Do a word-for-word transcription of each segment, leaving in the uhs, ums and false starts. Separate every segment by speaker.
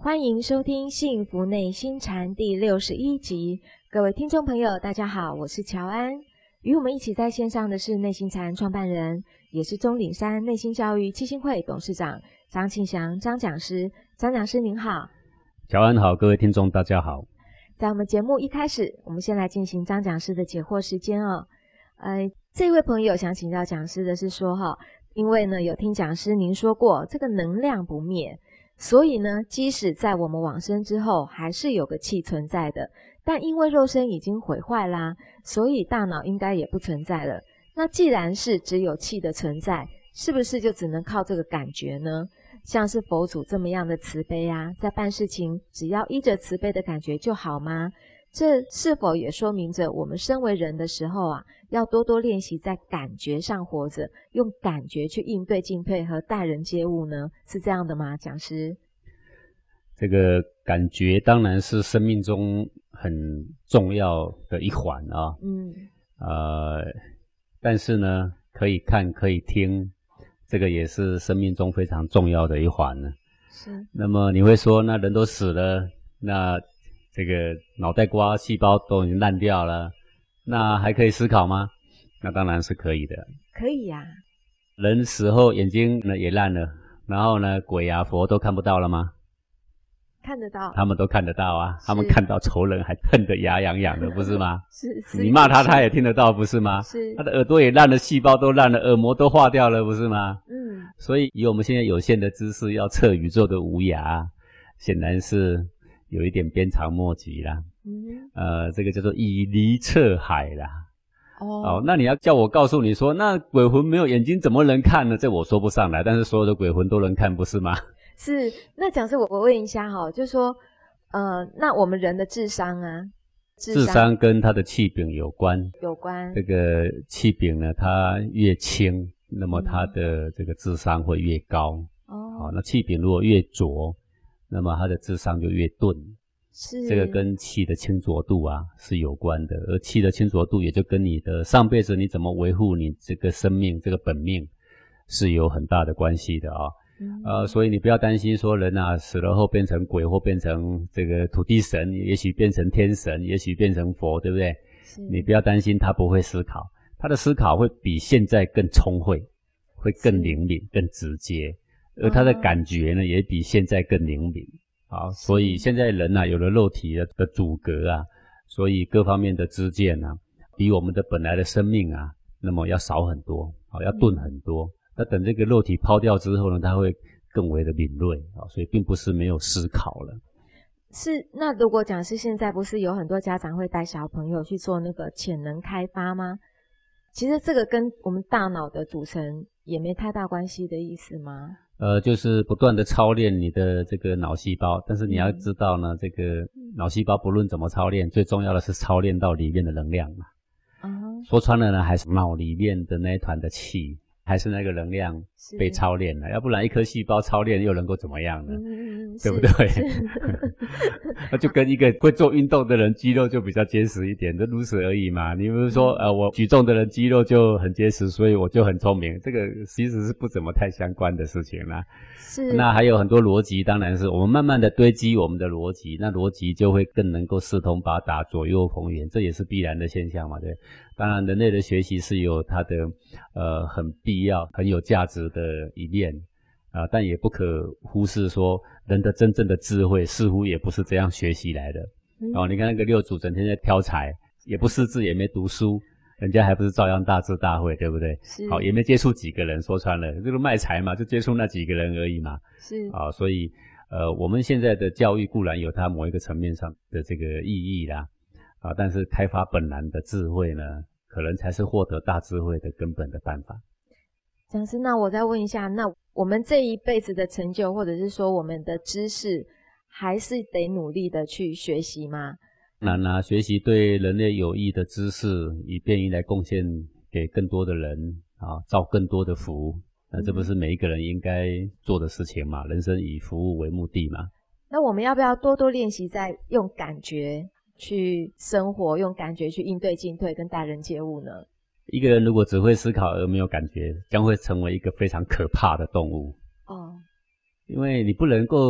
Speaker 1: 欢迎收听《幸福内心禅》第六十一集。各位听众朋友，大家好，我是乔安。与我们一起在线上的是内心禅创办人，也是钟岭山内心教育基金会董事长张庆祥张讲师。张讲师您好。
Speaker 2: 乔安好，各位听众大家好。
Speaker 1: 在我们节目一开始，我们先来进行张讲师的解惑时间哦。呃，这位朋友想请教讲师的是说哈，因为呢有听讲师您说过，这个能量不灭，所以呢，即使在我们往生之后，还是有个气存在的。但因为肉身已经毁坏啦，所以大脑应该也不存在了。那既然是只有气的存在，是不是就只能靠这个感觉呢？像是佛祖这么样的慈悲啊，在办事情只要依着慈悲的感觉就好吗？这是否也说明着我们身为人的时候啊，要多多练习在感觉上活着，用感觉去应对进退和待人接物呢？是这样的吗，讲师？
Speaker 2: 这个感觉当然是生命中很重要的一环啊。嗯。呃，但是呢，可以看可以听，这个也是生命中非常重要的一环呢。是。那么你会说，那人都死了，那这个脑袋瓜细胞都已经烂掉了，那还可以思考吗？那当然是可以的。
Speaker 1: 可以呀、啊。
Speaker 2: 人死后眼睛呢也烂了，然后呢鬼啊佛都看不到了吗？
Speaker 1: 看得到，
Speaker 2: 他们都看得到啊，他们看到仇人还恨得牙痒痒的，不是吗？
Speaker 1: 是是，
Speaker 2: 你骂他他也听得到，不是吗？
Speaker 1: 是，
Speaker 2: 他的耳朵也烂了，细胞都烂了，耳膜都化掉了，不是吗？嗯，所以以我们现在有限的知识要测宇宙的无涯，显然是有一点鞭长莫及啦。嗯，呃，这个叫做以离测海啦。哦，哦，那你要叫我告诉你说，那鬼魂没有眼睛怎么能看呢？这我说不上来，但是所有的鬼魂都能看，不是吗？
Speaker 1: 是，那讲师我我问一下哈，就说，呃，那我们人的智商啊，
Speaker 2: 智商, 智商跟他的气柄有关，
Speaker 1: 有关。
Speaker 2: 这个气柄呢，它越轻，那么它的这个智商会越高。哦，好，那气柄如果越浊，那么它的智商就越钝。是，这个跟气的清浊度啊是有关的，而气的清浊度也就跟你的上辈子你怎么维护你这个生命这个本命是有很大的关系的啊。呃，所以你不要担心说人啊死了后变成鬼或变成这个土地神，也许变成天神，也许变成佛，对不对？你不要担心他不会思考，他的思考会比现在更聪慧，会更灵敏、更直接，而他的感觉呢也比现在更灵敏。好，所以现在人啊有了肉体的的阻隔啊，所以各方面的知见啊，比我们的本来的生命啊，那么要少很多，好，要钝很多。那等这个肉体抛掉之后呢，它会更为的敏锐啊，所以并不是没有思考了。
Speaker 1: 是，那如果讲是现在不是有很多家长会带小朋友去做那个潜能开发吗？其实这个跟我们大脑的组成也没太大关系的意思吗？
Speaker 2: 呃，就是不断的操练你的这个脑细胞，但是你要知道呢，嗯、这个脑细胞不论怎么操练，最重要的是操练到里面的能量嘛。嗯、说穿了呢，还是脑里面的那一团的气。还是那个能量被操练了，要不然一颗细胞操练又能够怎么样呢？嗯、对不对？那就跟一个会做运动的人肌肉就比较结实一点，就如此而已嘛。你不是说呃我举重的人肌肉就很结实，所以我就很聪明，这个其实是不怎么太相关的事情啦。是。那还有很多逻辑，当然是我们慢慢的堆积我们的逻辑，那逻辑就会更能够四通八达、左右逢源，这也是必然的现象嘛，对。当然人类的学习是有它的呃很必要很有价值的一面啊、呃，但也不可忽视说人的真正的智慧似乎也不是这样学习来的。嗯、哦，你看那个六祖整天在挑柴，也不识字也没读书，人家还不是照样大智大慧，对不对？是。好，也没接触几个人，说穿了这个卖柴嘛，就接触那几个人而已嘛。是。啊、哦，所以呃我们现在的教育固然有它某一个层面上的这个意义啦。啊，但是开发本来的智慧呢，可能才是获得大智慧的根本的办法。
Speaker 1: 讲师，那我再问一下，那我们这一辈子的成就，或者是说我们的知识，还是得努力的去学习吗？
Speaker 2: 当然啦，学习对人类有益的知识，以便于来贡献给更多的人啊，造更多的福。那这不是每一个人应该做的事情嘛？人生以服务为目的嘛。
Speaker 1: 那我们要不要多多练习在用感觉去生活，用感觉去应对进退跟待人接物呢？
Speaker 2: 一个人如果只会思考而没有感觉，将会成为一个非常可怕的动物。哦，因为你不能够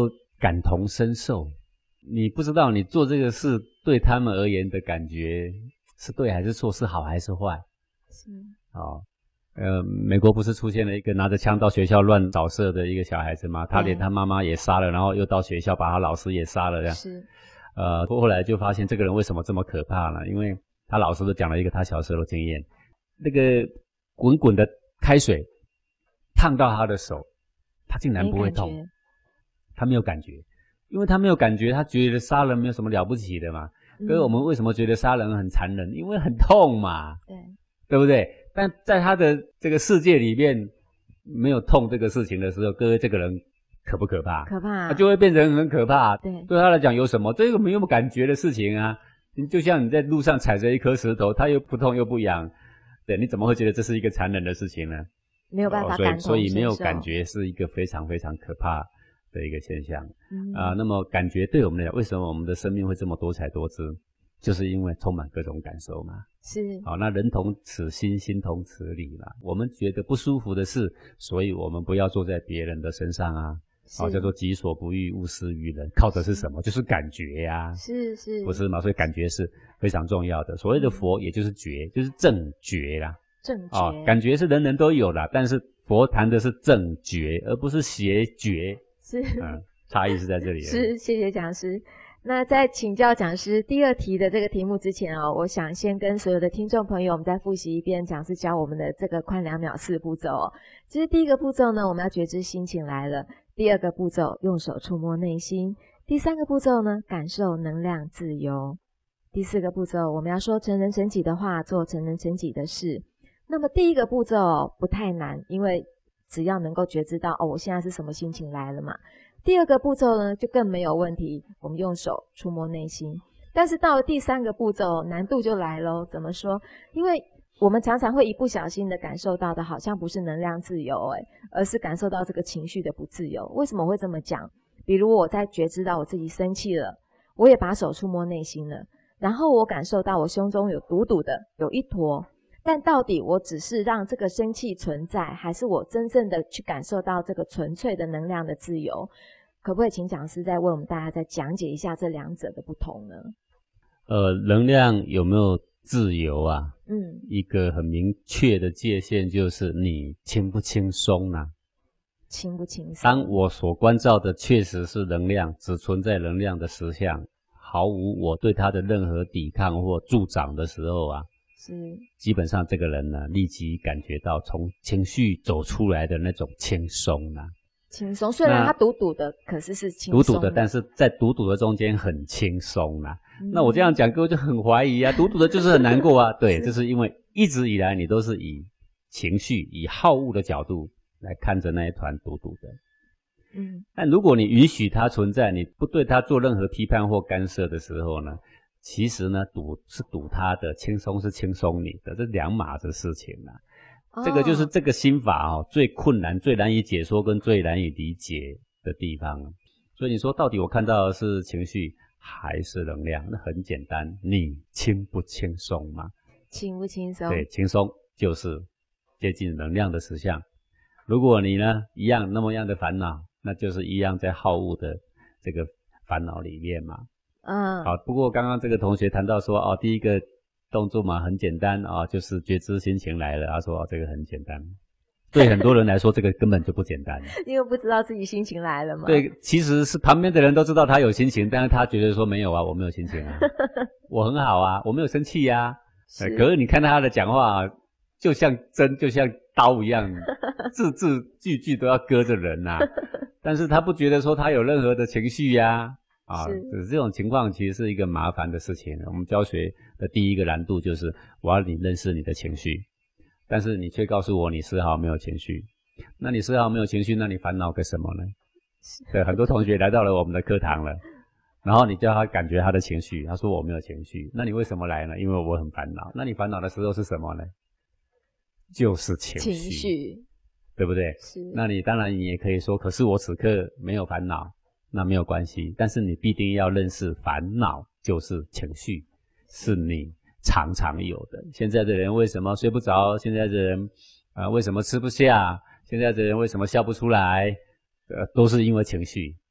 Speaker 2: 感同身受。你不知道你做这个事对他们而言的感觉是对还是错，是好还是坏。
Speaker 1: 是
Speaker 2: 哦，呃，美国不是出现了一个拿着枪到学校乱扫射的一个小孩子吗？他连他妈妈也杀了，然后又到学校把他老师也杀了这样。
Speaker 1: 是。
Speaker 2: 呃，后来就发现这个人为什么这么可怕呢？因为他老师都讲了一个他小时候的经验，那个滚滚的开水烫到他的手，他竟然不会痛，他没有感觉，因为他没有感觉，他觉得杀人没有什么了不起的嘛。嗯、可是我们为什么觉得杀人很残忍？因为很痛嘛，
Speaker 1: 对，
Speaker 2: 对不对？但在他的这个世界里面，没有痛这个事情的时候，各位这个人可不可怕？
Speaker 1: 可怕，
Speaker 2: 他就会变成很可怕。
Speaker 1: 对，
Speaker 2: 对他来讲有什么？这个没有感觉的事情啊，就像你在路上踩着一颗石头，它又不痛又不痒，对，你怎么会觉得这是一个残忍的事情呢？
Speaker 1: 没有办法感同身受、哦、
Speaker 2: 所以，所以没有感觉是一个非常非常可怕的一个现象。嗯啊，那么感觉对我们来讲，为什么我们的生命会这么多彩多姿？就是因为充满各种感受嘛。
Speaker 1: 是。
Speaker 2: 好，那人同此心，心同此理嘛。我们觉得不舒服的事，所以我们不要坐在别人的身上啊。好，叫做己所不欲，勿施于人。靠的是什么？就是感觉呀、啊。
Speaker 1: 是是。
Speaker 2: 不是嘛？所以感觉是非常重要的。所谓的佛，也就是觉，就是正觉啦。
Speaker 1: 正觉。
Speaker 2: 啊、哦，感觉是人人都有啦，但是佛谈的是正觉，而不是邪觉。
Speaker 1: 是。
Speaker 2: 嗯，差异是在这里。
Speaker 1: 是，谢谢讲师。那在请教讲师第二题的这个题目之前哦，我想先跟所有的听众朋友，我们再复习一遍讲师教我们的这个宽两秒四步骤哦。其实第一个步骤呢，我们要觉知心情来了；第二个步骤，用手触摸内心；第三个步骤呢，感受能量自由；第四个步骤，我们要说成人成己的话，做成人成己的事。那么第一个步骤不太难，因为只要能够觉知到哦，我现在是什么心情来了嘛。第二个步骤呢，就更没有问题，我们用手触摸内心。但是到了第三个步骤，难度就来咯。怎么说？因为我们常常会一不小心的感受到的，好像不是能量自由诶，而是感受到这个情绪的不自由。为什么会这么讲？比如我在觉知到我自己生气了，我也把手触摸内心了，然后我感受到我胸中有堵堵的，有一坨。但到底我只是让这个生气存在，还是我真正的去感受到这个纯粹的能量的自由？可不可以请讲师再为我们大家再讲解一下这两者的不同呢？
Speaker 2: 呃，能量有没有自由啊？
Speaker 1: 嗯，
Speaker 2: 一个很明确的界限就是你轻不轻松啊？
Speaker 1: 轻不轻松？
Speaker 2: 当我所关照的确实是能量，只存在能量的实相，毫无我对它的任何抵抗或助长的时候啊，
Speaker 1: 是，
Speaker 2: 基本上这个人呢，立即感觉到从情绪走出来的那种轻松啊。
Speaker 1: 轻松，虽然他堵堵的，可是是轻松的。
Speaker 2: 堵堵的，但是在堵堵的中间很轻松啊。嗯、那我这样讲，各位就很怀疑啊，堵堵的就是很难过啊。对，就是因为一直以来你都是以情绪、以好恶的角度来看着那一团堵堵的。
Speaker 1: 嗯，
Speaker 2: 但如果你允许它存在，你不对它做任何批判或干涉的时候呢，其实呢，堵是堵它的，轻松是轻松你的，这两码子事情啊。这个就是这个心法哦，最困难、最难以解说跟最难以理解的地方。所以你说到底我看到的是情绪还是能量？那很简单，你轻不轻松嘛？
Speaker 1: 轻不轻松？
Speaker 2: 对，轻松就是接近能量的实相。如果你呢一样那么样的烦恼，那就是一样在好恶的这个烦恼里面嘛。
Speaker 1: 嗯，
Speaker 2: 好，不过刚刚这个同学谈到说哦，第一个动作嘛很简单啊、哦，就是觉知心情来了。他说、哦、这个很简单，对很多人来说这个根本就不简单，
Speaker 1: 因为不知道自己心情来了嘛。
Speaker 2: 对，其实是旁边的人都知道他有心情，但是他觉得说没有啊，我没有心情啊，我很好啊，我没有生气啊。是可是你看他的讲话，就像针就像刀一样，字字句句都要割着人啊。但是他不觉得说他有任何的情绪呀、啊。啊，这种情况其实是一个麻烦的事情。我们教学的第一个难度就是我要你认识你的情绪，但是你却告诉我你丝毫没有情绪。那你丝毫没有情绪，那你烦恼个什么呢？对，很多同学来到了我们的课堂了，然后你叫他感觉他的情绪，他说我没有情绪。那你为什么来呢？因为我很烦恼。那你烦恼的时候是什么呢？就是情绪，
Speaker 1: 情绪，
Speaker 2: 对不对？
Speaker 1: 是。那
Speaker 2: 你当然你也可以说，可是我此刻没有烦恼。那没有关系，但是你必定要认识烦恼就是情绪，是你常常有的。现在的人为什么睡不着？现在的人呃为什么吃不下？现在的人为什么笑不出来？呃都是因为情绪。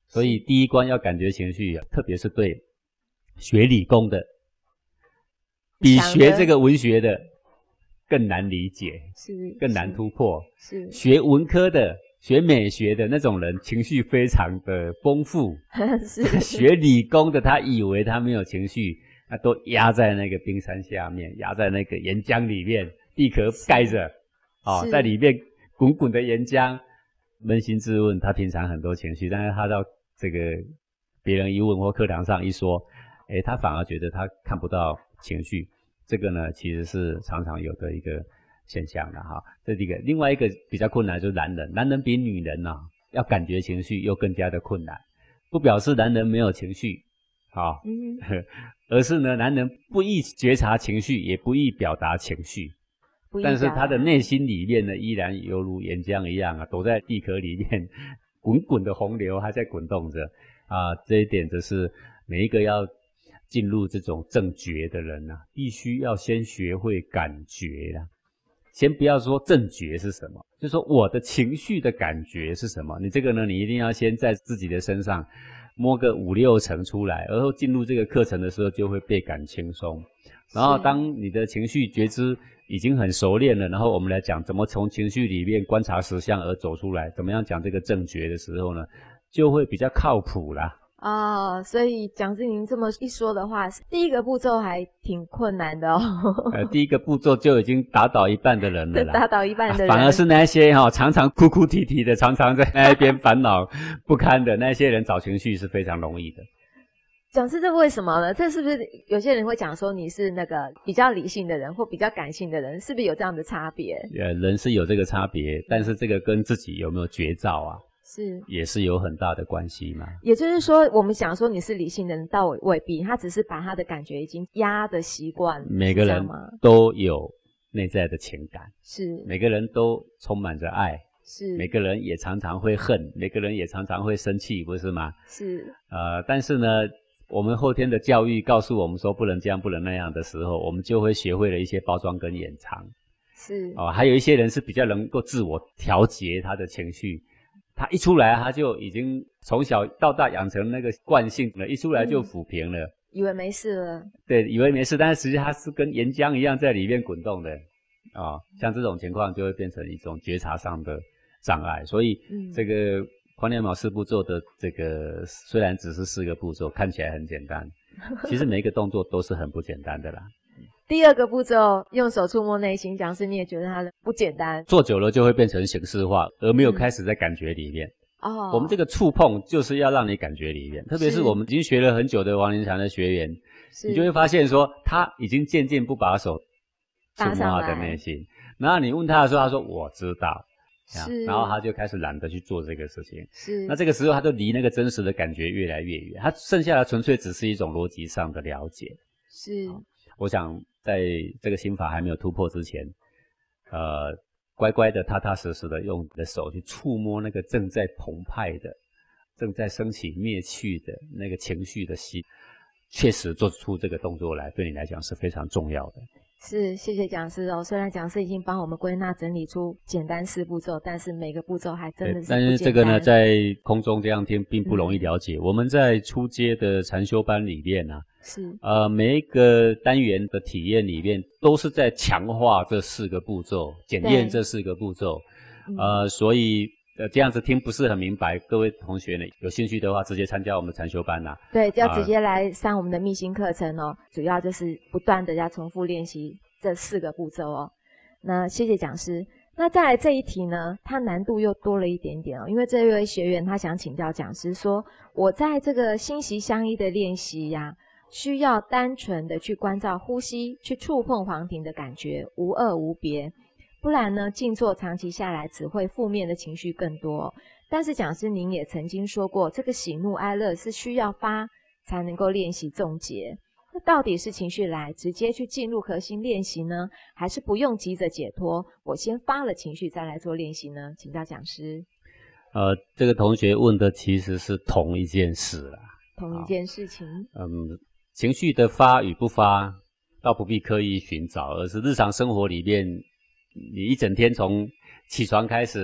Speaker 2: 所以第一关要感觉情绪，特别是对学理工的，比学这个文学的更难理解，
Speaker 1: 是
Speaker 2: 更难突破。
Speaker 1: 是
Speaker 2: 学文科的、学美学的那种人，情绪非常的丰富。
Speaker 1: 是
Speaker 2: 学理工的，他以为他没有情绪，那都压在那个冰山下面，压在那个岩浆里面，地壳盖着，哦，在里面滚滚的岩浆。扪心自问，他平常很多情绪，但是他到这个别人一问或课堂上一说，诶，他反而觉得他看不到情绪。这个呢，其实是常常有的一个现象了哈。这是一个，另外一个比较困难就是男人，男人比女人呢、啊、要感觉情绪又更加的困难。不表示男人没有情绪，好、嗯，而是呢，男人不易觉察情绪，也不易表达情绪。但是他的内心里面呢，依然犹如岩浆一样啊，躲在地壳里面，滚滚的洪流还在滚动着啊。这一点就是每一个要进入这种正觉的人啊，必须要先学会感觉啦。先不要说正觉是什么，就说我的情绪的感觉是什么。你这个呢，你一定要先在自己的身上摸个五六成出来，而后进入这个课程的时候就会倍感轻松。然后当你的情绪觉知已经很熟练了，然后我们来讲怎么从情绪里面观察实相而走出来，怎么样讲这个正觉的时候呢，就会比较靠谱啦。
Speaker 1: 哦，所以讲师您这么一说的话，第一个步骤还挺困难的哦。
Speaker 2: 呃，第一个步骤就已经打倒一半的人了啦，
Speaker 1: 打倒一半的人，
Speaker 2: 啊、反而是那些哈、哦、常常哭哭啼啼的，常常在那边烦恼不堪的那些人，找情绪是非常容易的。
Speaker 1: 讲师，这为什么呢？这是不是有些人会讲说你是那个比较理性的人或比较感性的人，是不是有这样的差别？
Speaker 2: 呃，人是有这个差别，但是这个跟自己有没有觉照啊，
Speaker 1: 是
Speaker 2: 也是有很大的关系嘛。
Speaker 1: 也就是说，我们想说你是理性的人，倒未必，他只是把他的感觉已经压的习惯。
Speaker 2: 每个人都有内在的情感，
Speaker 1: 是
Speaker 2: 每个人都充满着爱，
Speaker 1: 是
Speaker 2: 每个人也常常会恨，每个人也常常会生气，不是吗？
Speaker 1: 是
Speaker 2: 呃，但是呢，我们后天的教育告诉我们说不能这样不能那样的时候，我们就会学会了一些包装跟掩藏。
Speaker 1: 是
Speaker 2: 哦，还有一些人是比较能够自我调节他的情绪，他一出来他就已经从小到大养成那个惯性了，一出来就抚平了、嗯、
Speaker 1: 以为没事了。
Speaker 2: 对，以为没事，但是实际他是跟岩浆一样在里面滚动的啊、哦。像这种情况就会变成一种觉察上的障碍。所以、嗯、这个宽念卯四步骤的这个虽然只是四个步骤，看起来很简单，其实每一个动作都是很不简单的啦。
Speaker 1: 第二个步骤，用手触摸内心，讲师你也觉得它不简单，
Speaker 2: 做久了就会变成形式化，而没有开始在感觉里面。嗯、哦，我们这个触碰就是要让你感觉里面，特别是我们已经学了很久的王林禅的学员，你就会发现说他已经渐渐不把手触摸他的内心，然后你问他的时候，他说我知道。是，然后他就开始懒得去做这个事情。是，那这个时候他就离那个真实的感觉越来越远，他剩下的纯粹只是一种逻辑上的了解。是，我想在这个心法还没有突破之前，呃，乖乖的、踏踏实实的用你的手去触摸那个正在澎湃的、正在升起灭去的那个情绪的心，确实做出这个动作来，对你来讲是非常重要的。
Speaker 1: 是，谢谢讲师哦。虽然讲师已经帮我们归纳整理出简单四步骤，但是每个步骤还真的是不简单。
Speaker 2: 但是这个呢，在空中这样听并不容易了解。嗯、我们在初阶的禅修班里面啊，是呃每一个单元的体验里面，都是在强化这四个步骤，检验这四个步骤。呃，所以呃这样子听不是很明白，各位同学呢有兴趣的话，直接参加我们禅修班啦、啊。
Speaker 1: 对，要直接来上我们的密心课程哦。主要就是不断的要重复练习这四个步骤哦。那谢谢讲师。那再来这一题呢，它难度又多了一点点哦，因为这位学员他想请教讲师说，我在这个心息相依的练习呀、啊，需要单纯的去关照呼吸，去触碰黄庭的感觉，无二无别。不然呢，静坐长期下来只会负面的情绪更多。但是讲师您也曾经说过，这个喜怒哀乐是需要发才能够练习纵结。那到底是情绪来直接去进入核心练习呢，还是不用急着解脱，我先发了情绪再来做练习呢？请教讲师。
Speaker 2: 呃，这个同学问的其实是同一件事啦，
Speaker 1: 同一件事情。
Speaker 2: 嗯，情绪的发与不发，倒不必刻意寻找，而是日常生活里面。你一整天从起床开始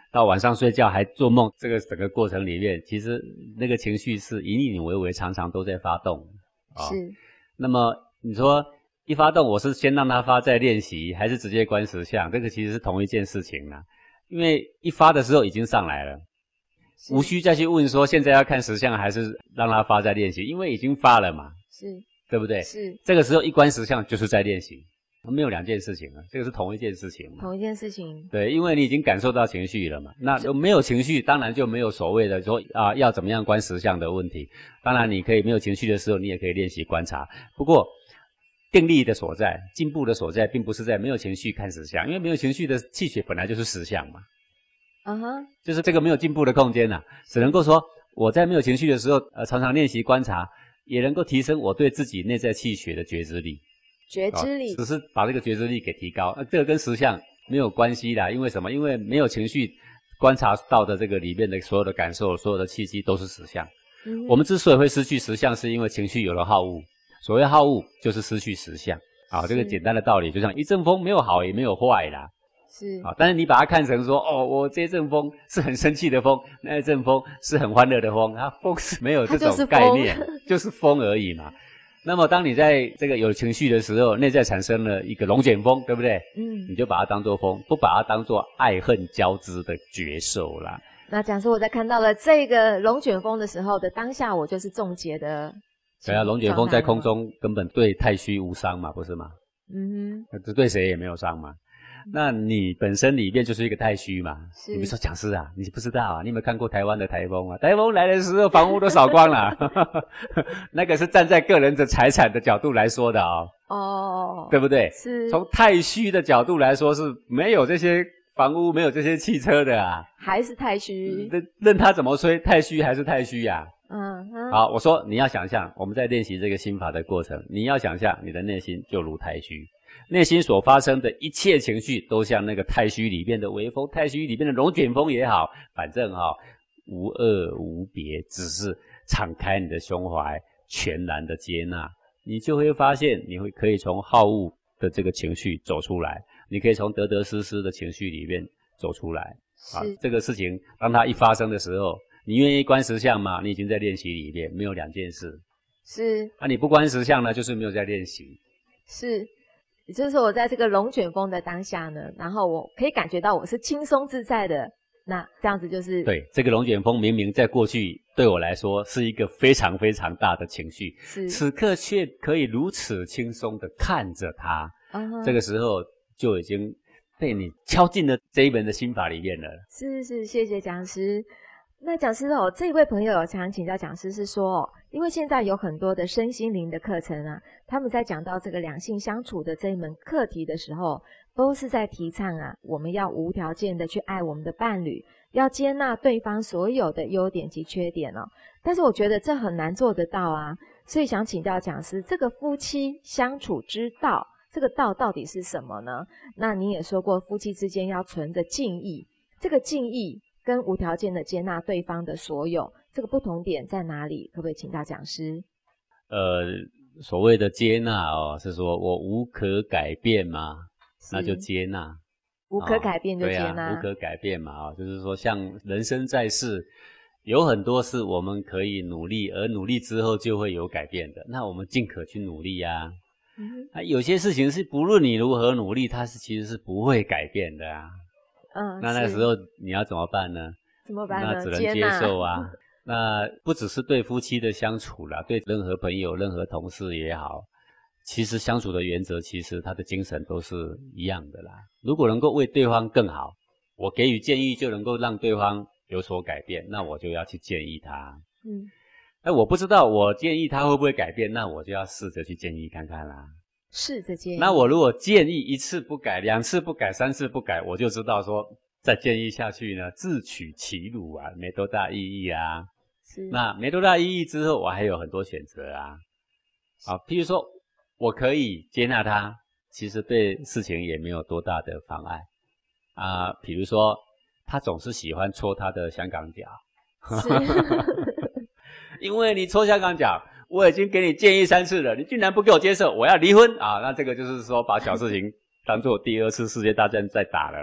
Speaker 2: 到晚上睡觉还做梦，这个整个过程里面，其实那个情绪是隐隐微微常常都在发动。哦、
Speaker 1: 是。
Speaker 2: 那么你说一发动，我是先让它发再练习，还是直接观实相？这个其实是同一件事情啦。因为一发的时候已经上来了，无需再去问说现在要看实相还是让它发再练习，因为已经发了嘛。
Speaker 1: 是。
Speaker 2: 对不对？
Speaker 1: 是。这
Speaker 2: 个时候一观实相就是在练习，没有两件事情了，这个是同一件事情嘛。
Speaker 1: 同一件事情。
Speaker 2: 对，因为你已经感受到情绪了嘛。那没有情绪，当然就没有所谓的说啊要怎么样观实相的问题。当然你可以没有情绪的时候，你也可以练习观察。不过定力的所在、进步的所在，并不是在没有情绪看实相，因为没有情绪的气血本来就是实相嘛。
Speaker 1: 嗯哼。
Speaker 2: 就是这个没有进步的空间啊，只能够说我在没有情绪的时候，呃，常常练习观察。也能够提升我对自己内在气血的觉知力，
Speaker 1: 觉知力、哦、
Speaker 2: 只是把这个觉知力给提高。那这个跟实相没有关系啦，因为什么？因为没有情绪观察到的这个里面的所有的感受、所有的气机都是实相。嗯、我们之所以会失去实相，是因为情绪有了好恶。所谓好恶，就是失去实相。啊，这个简单的道理，就像一阵风没有好也没有坏啦。
Speaker 1: 是
Speaker 2: 啊，但是你把它看成说，哦，我这阵风是很生气的风，那一阵风是很欢乐的风，它风是没有这种概念，就是就是风而已嘛。那么当你在这个有情绪的时候，内在产生了一个龙卷风，对不对？嗯，你就把它当作风，不把它当作爱恨交织的觉受啦。
Speaker 1: 那讲说我在看到了这个龙卷风的时候的当下，我就是终结的。
Speaker 2: 对啊，龙卷风在空中根本对太虚无伤嘛，不是吗？
Speaker 1: 嗯哼，
Speaker 2: 这对谁也没有伤嘛。那你本身里面就是一个太虚嘛。你比如说讲师啊，你不知道啊，你有没有看过台湾的台风啊？台风来的时候房屋都扫光了那个是站在个人的财产的角度来说的哦。哦，对不对？
Speaker 1: 是。
Speaker 2: 从太虚的角度来说是没有这些房屋，没有这些汽车的啊，
Speaker 1: 还是太虚。
Speaker 2: 任任它怎么吹，太虚还是太虚啊。
Speaker 1: 嗯哼。
Speaker 2: 好，我说你要想象我们在练习这个心法的过程，你要想象你的内心就如太虚。内心所发生的一切情绪都像那个太虚里面的微风，太虚里面的龙卷风也好，反正哈、哦、无恶无别，只是敞开你的胸怀，全然的接纳，你就会发现你会可以从好恶的这个情绪走出来，你可以从得得失失的情绪里面走出来。啊，这个事情当它一发生的时候，你愿意观实相吗？你已经在练习里面，没有两件事。
Speaker 1: 是。
Speaker 2: 啊，你不观实相呢，就是没有在练习。
Speaker 1: 是。也就是说我在这个龙卷风的当下呢，然后我可以感觉到我是轻松自在的，那这样子就是
Speaker 2: 对。这个龙卷风明明在过去对我来说是一个非常非常大的情绪，
Speaker 1: 是
Speaker 2: 此刻却可以如此轻松的看着它、uh-huh. 这个时候就已经被你敲进了这一门的心法里面了。
Speaker 1: 是是，谢谢讲师。那讲师哦，这一位朋友想请教讲师是说哦，因为现在有很多的身心灵的课程啊，他们在讲到这个两性相处的这一门课题的时候，都是在提倡啊，我们要无条件的去爱我们的伴侣，要接纳对方所有的优点及缺点哦。但是我觉得这很难做得到啊，所以想请教讲师，这个夫妻相处之道，这个道到底是什么呢？那你也说过，夫妻之间要存着敬意，这个敬意跟无条件的接纳对方的所有，这个不同点在哪里？可不可以请教讲师？
Speaker 2: 呃，所谓的接纳哦，是说我无可改变吗？那就接纳。
Speaker 1: 无可改变就接纳。
Speaker 2: 哦、对啊，无可改变嘛啊、哦，就是说像人生在世，有很多是我们可以努力，而努力之后就会有改变的。那我们尽可去努力啊。嗯，那有些事情是不论你如何努力，它是其实是不会改变的啊。嗯，那那个时候你要怎么办呢？
Speaker 1: 怎么办呢？
Speaker 2: 那只能接受啊。那不只是对夫妻的相处啦，对任何朋友、任何同事也好，其实相处的原则，其实他的精神都是一样的啦。如果能够为对方更好，我给予建议就能够让对方有所改变，那我就要去建议他。嗯，那我不知道我建议他会不会改变，那我就要试着去建议看看啦。
Speaker 1: 试着建议。
Speaker 2: 那我如果建议一次不改，两次不改，三次不改，我就知道说再建议下去呢，自取其辱啊，没多大意义啊。是。那没多大意义之后，我还有很多选择啊。好，譬如说我可以接纳他，其实对事情也没有多大的妨碍啊。比如说他总是喜欢戳他的香港脚。是。因为你戳香港脚，我已经给你建议三次了，你竟然不给我接受，我要离婚啊！那这个就是说把小事情当作第二次世界大战在打了啦。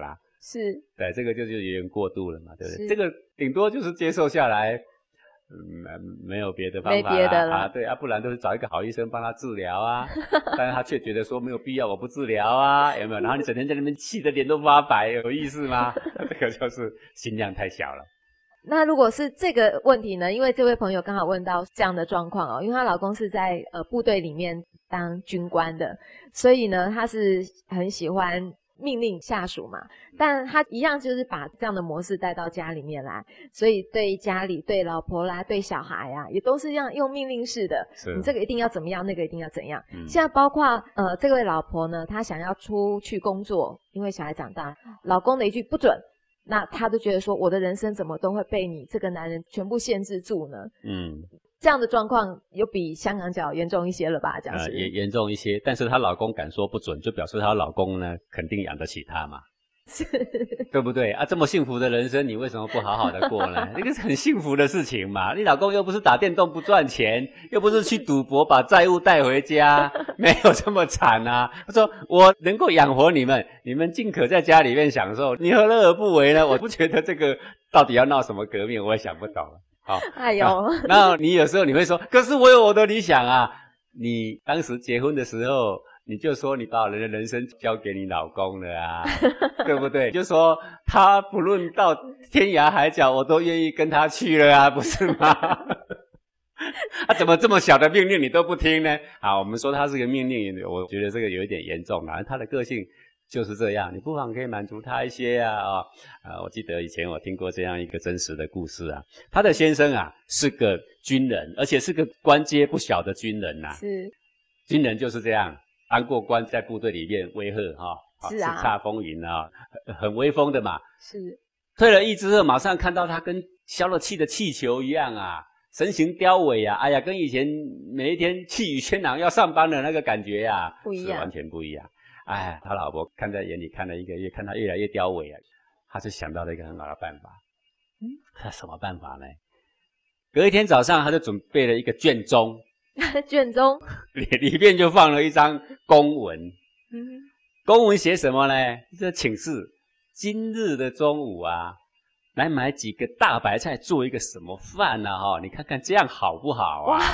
Speaker 1: 是，
Speaker 2: 对，这个就是有点过度了嘛，对不对？这个顶多就是接受下来。嗯，没有别的方法啦，
Speaker 1: 没别的了
Speaker 2: 啊，对啊，不然都是找一个好医生帮他治疗啊，但是他却觉得说没有必要，我不治疗啊，有没有？然后你整天在那边气得脸都发白，有意思吗？这个就是心量太小了。
Speaker 1: 那如果是这个问题呢？因为这位朋友刚好问到这样的状况哦，因为她老公是在呃部队里面当军官的，所以呢，他是很喜欢命令下属嘛，但他一样就是把这样的模式带到家里面来，所以对家里、对老婆啦、对小孩啊，也都是这样用命令式的，你这个一定要怎么样，那个一定要怎样。嗯、现在包括呃这位老婆呢，她想要出去工作，因为小孩长大，老公的一句不准，那她就觉得说我的人生怎么都会被你这个男人全部限制住呢？嗯。这样的状况有比香港脚严重一些了吧？这样是、
Speaker 2: 呃、也严重一些，但是她老公敢说不准，就表示她老公呢肯定养得起她嘛，
Speaker 1: 是，
Speaker 2: 对不对啊？这么幸福的人生，你为什么不好好的过呢？那个是很幸福的事情嘛。你老公又不是打电动不赚钱，又不是去赌博把债务带回家，没有这么惨啊。他说我能够养活你们，你们尽可在家里面享受，你何乐而不为呢？我不觉得这个到底要闹什么革命，我也想不懂。好，
Speaker 1: 哎呦，
Speaker 2: 那你有时候你会说，可是我有我的理想啊。你当时结婚的时候，你就说你把我的人生交给你老公了啊，对不对？就说他不论到天涯海角，我都愿意跟他去了啊，不是吗？啊，怎么这么小的命令你都不听呢？好，我们说他是个命令，我觉得这个有一点严重了，他的个性就是这样，你不妨可以满足他一些啊啊、哦呃！我记得以前我听过这样一个真实的故事啊，他的先生啊是个军人，而且是个官阶不小的军人呐、啊。
Speaker 1: 是，
Speaker 2: 军人就是这样，当过官，在部队里面威吓哈，
Speaker 1: 是啊，
Speaker 2: 叱咤风云啊，很威风的嘛。
Speaker 1: 是，
Speaker 2: 退了役之后，馬上看到他跟消了氣的氣球一樣啊，神形雕尾啊，哎呀，跟以前每一天氣宇軒昂要上班的那個感覺啊，
Speaker 1: 不一樣，
Speaker 2: 是完全不一樣。哎，他老婆看在眼里，看了一個月，看他越來越雕尾啊，他就想到了一個很好的辦法。嗯，他什麼辦法呢？隔一天早上，他就準備了一個卷宗，
Speaker 1: 卷宗
Speaker 2: 裡裡面就放了一張公文。
Speaker 1: 嗯，
Speaker 2: 公文寫什麼呢？這請示今日的中午啊，來買幾個大白菜做一個什麼飯啊？哈，你看看這樣好不好啊？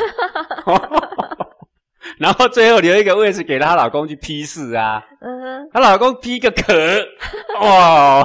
Speaker 2: 然後最後留一個位置給她老公去批示啊。嗯哼，她老公批個殼，哇，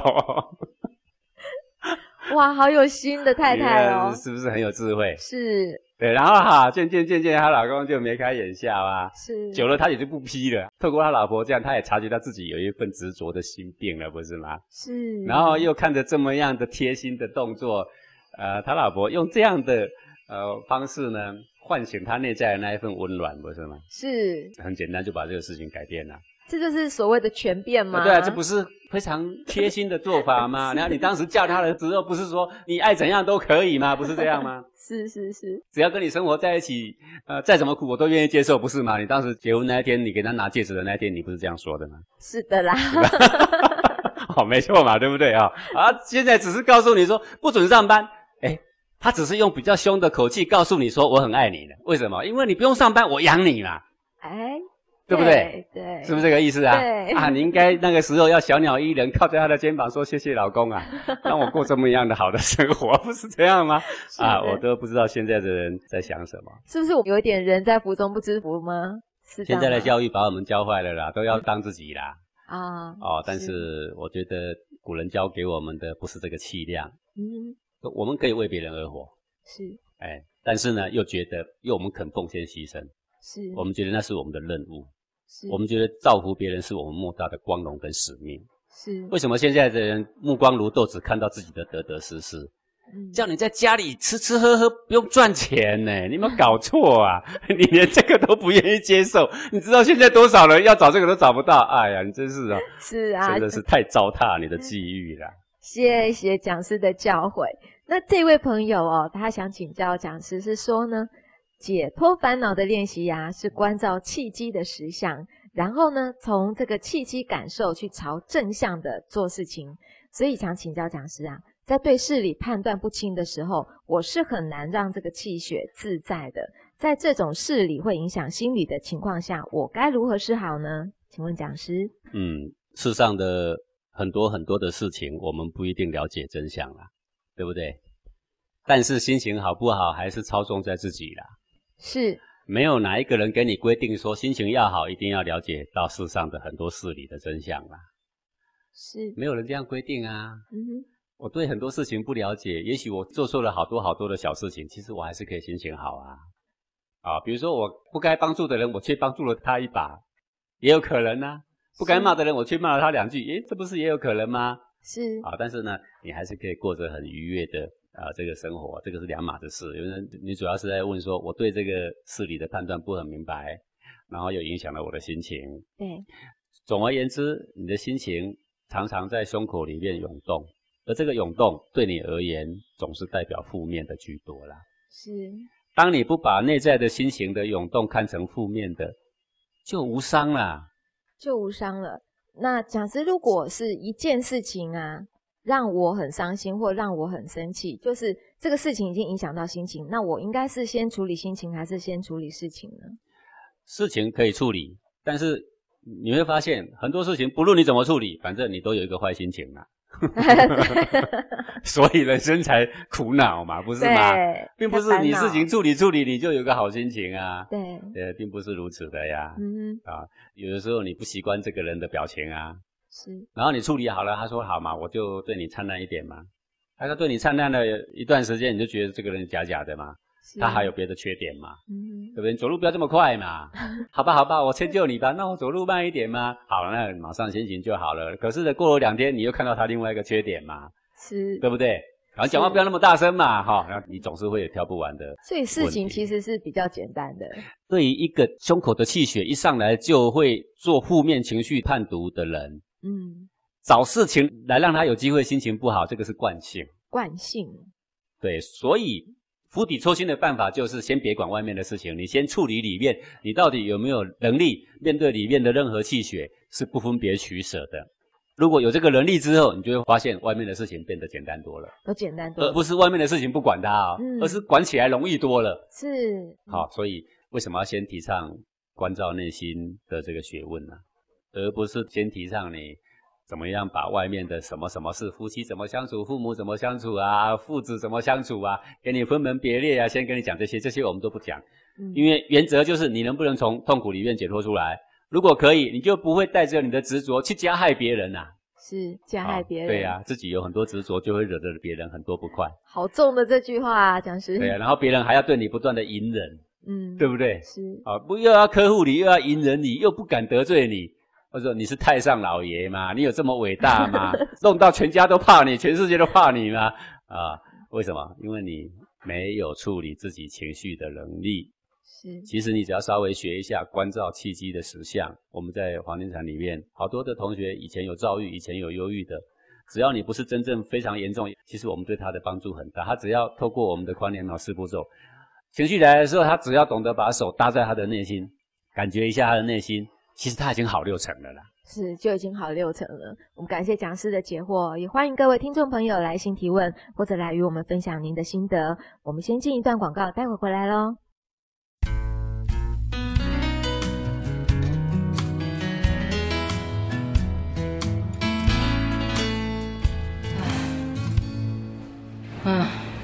Speaker 1: 哇，好有心的太太哦，
Speaker 2: 是不是很有智慧？
Speaker 1: 是。
Speaker 2: 对，然后哈，渐渐渐渐，她老公就眉開眼笑啊。
Speaker 1: 是。
Speaker 2: 久了，他也就不批了。透過他老婆這樣，他也察覺到自己有一份執着的心病了，不是嗎？
Speaker 1: 是。
Speaker 2: 然後又看着這麼樣的貼心的動作，呃，他老婆用這樣的呃方式呢，喚醒他內在的那一份溫暖，不是嗎？
Speaker 1: 是。
Speaker 2: 很簡單就把這個事情改變了。
Speaker 1: 這就是所謂的權變嗎？
Speaker 2: 對啊，這不是非常貼心的做法嗎？然後你當時叫他的時候，不是說你愛怎樣都可以嗎？不是這樣嗎？
Speaker 1: 是是是，
Speaker 2: 只要跟你生活在一起，呃，再怎麼苦我都願意接受，不是嗎？你當時結婚那一天，你給他拿戒指的那一天，你不是這樣說的嗎？
Speaker 1: 是的啦。
Speaker 2: 哦，沒錯嘛，對不對啊？啊，現在只是告訴你說不准上班，誒，他只是用比較兇的口氣告訴你說我很愛你的，為什麼？因為你不用上班，我養你嘛。誒。對不對？
Speaker 1: 對，
Speaker 2: 是不是這個意思啊？
Speaker 1: 對
Speaker 2: 啊，你應該那個時候要小鳥依人，靠在他的肩膀說謝謝老公啊，讓我過這麼樣的好的生活，不是這樣嗎？啊，我都不知道現在的人在想什麼。
Speaker 1: 是不是我有一點人在福中不知福嗎？是這樣嗎？
Speaker 2: 現在的教育把我們教壞了啦，都要當自己啦。
Speaker 1: 啊，
Speaker 2: 哦，但是我覺得古人教給我們的不是這個氣量。嗯，我們可以為別人而活。
Speaker 1: 是。
Speaker 2: 哎，但是呢，又覺得，因為我們肯奉獻犧牲。
Speaker 1: 是。
Speaker 2: 我們覺得那是我們的任務。
Speaker 1: 是，
Speaker 2: 我們覺得造福別人是我們莫大的光榮跟使命。
Speaker 1: 是，
Speaker 2: 為什麼現在的人目光如豆，只看到自己的得得失失？嗯，叫你在家裡吃吃喝喝不用賺錢呢？你有沒有搞錯啊？你連這個都不願意接受？你知道現在多少人要找這個都找不到？哎呀，你真是啊，
Speaker 1: 是啊，
Speaker 2: 真的是太糟蹋你的際遇啦。
Speaker 1: 謝謝講師的教誨。那這位朋友哦，他想請教講師是說呢，解脫煩惱的練習啊，是觀照契機的實相，然後呢，從這個契機感受去朝正向的做事情。所以想請教講師啊，在對事理判斷不清的時候，我是很難讓這個氣血自在的。在這種事理會影響心理的情況下，我該如何是好呢？請問講師。
Speaker 2: 嗯，世上的很多很多的事情我们不一定了解真相啦，对不对？但是心情好不好还是操纵在自己啦。
Speaker 1: 是，没
Speaker 2: 有哪一个人给你规定说心情要好一定要了解到世上的很多事理的真相啦。
Speaker 1: 是，
Speaker 2: 没有人这样规定啊。
Speaker 1: 嗯哼，
Speaker 2: 我对很多事情不了解，也许我做错了好多好多的小事情，其实我还是可以心情好啊。啊，比如说我不该帮助的人，我却帮助了他一把，也有可能啊。不该骂的人，我却骂了他两句，诶，这不是也有可能吗？
Speaker 1: 是
Speaker 2: 啊，但是呢，你还是可以过着很愉悦的啊这个生活，这个是两码子事。因为你主要是在问说，我对这个事理的判断不很明白，然后又影响了我的心情。
Speaker 1: 对，
Speaker 2: 总而言之，你的心情常常在胸口里面涌动，而这个涌动对你而言总是代表负面的居多啦。
Speaker 1: 是，
Speaker 2: 当你不把内在的心情的涌动看成负面的，就无伤啦。
Speaker 1: 就无伤了。那假设如果是一件事情啊，让我很伤心或让我很生气，就是这个事情已经影响到心情，那我应该是先处理心情还是先处理事情呢？
Speaker 2: 事情可以处理，但是你会发现很多事情不论你怎么处理，反正你都有一个坏心情啦。所以人生才苦恼嘛，不是吗？并不是你事情处理处理你就有个好心情啊。
Speaker 1: 对，
Speaker 2: 对，并不是如此的呀。
Speaker 1: 嗯
Speaker 2: 啊，有的时候你不习惯这个人的表情啊，
Speaker 1: 是。
Speaker 2: 然后你处理好了，他说好嘛，我就对你灿烂一点嘛。他说对你灿烂了一段时间，你就觉得这个人假假的嘛。他还有别的缺点嘛？嗯，对不对？你走路不要这么快嘛。好吧，好吧，我迁就你吧。那我走路慢一点嘛。好，那马上心情就好了。可是呢，过了两天，你又看到他另外一个缺点嘛，
Speaker 1: 是，
Speaker 2: 对不对？然后讲话不要那么大声嘛，哈，然后你总是会有挑不完的。
Speaker 1: 所以事情其实是比较简单的。
Speaker 2: 对于一个胸口的气血一上来就会做负面情绪判读的人，嗯，找事情来让他有机会心情不好，这个是惯性。
Speaker 1: 惯性。
Speaker 2: 对，所以釜底抽薪的办法就是先别管外面的事情，你先处理里面，你到底有没有能力面对里面的任何气血是不分别取舍的。如果有这个能力之后，你就会发现外面的事情变得简单多了，
Speaker 1: 都简单多了，
Speaker 2: 而不是外面的事情不管它哦，嗯，而是管起来容易多了。
Speaker 1: 是，
Speaker 2: 好，所以为什么要先提倡关照内心的这个学问呢？而不是先提倡你怎么样把外面的什么什么事，夫妻怎么相处，父母怎么相处啊，父子怎么相处啊，给你分门别类啊，先跟你讲这些，这些我们都不讲，嗯，因为原则就是你能不能从痛苦里面解脱出来。如果可以，你就不会带着你的执着去加害别人啊。
Speaker 1: 是，加害别人。
Speaker 2: 对啊，自己有很多执着，就会惹得别人很多不快。
Speaker 1: 好重的这句话啊，讲师。
Speaker 2: 对啊，然后别人还要对你不断的隐忍，嗯，对不对？
Speaker 1: 是。
Speaker 2: 啊，不又要呵护你，又要隐忍你，又不敢得罪你。或者你是太上老爷吗？你有这么伟大吗？弄到全家都怕你，全世界都怕你吗？啊，为什么？因为你没有处理自己情绪的能力。是，其实你只要稍微学一下关照气机的实相，我们在黄庭禅里面，好多的同学以前有躁郁，以前有忧郁的，只要你不是真正非常严重，其实我们对他的帮助很大。他只要透过我们的宽联脑四步骤，情绪来的时候，他只要懂得把手搭在他的内心，感觉一下他的内心，其实他已经好六成了啦。
Speaker 1: 是，就已经好六成了。我们感谢讲师的解惑，也欢迎各位听众朋友来信提问，或者来与我们分享您的心得。我们先进一段广告，待会回来咯。
Speaker 3: 唉，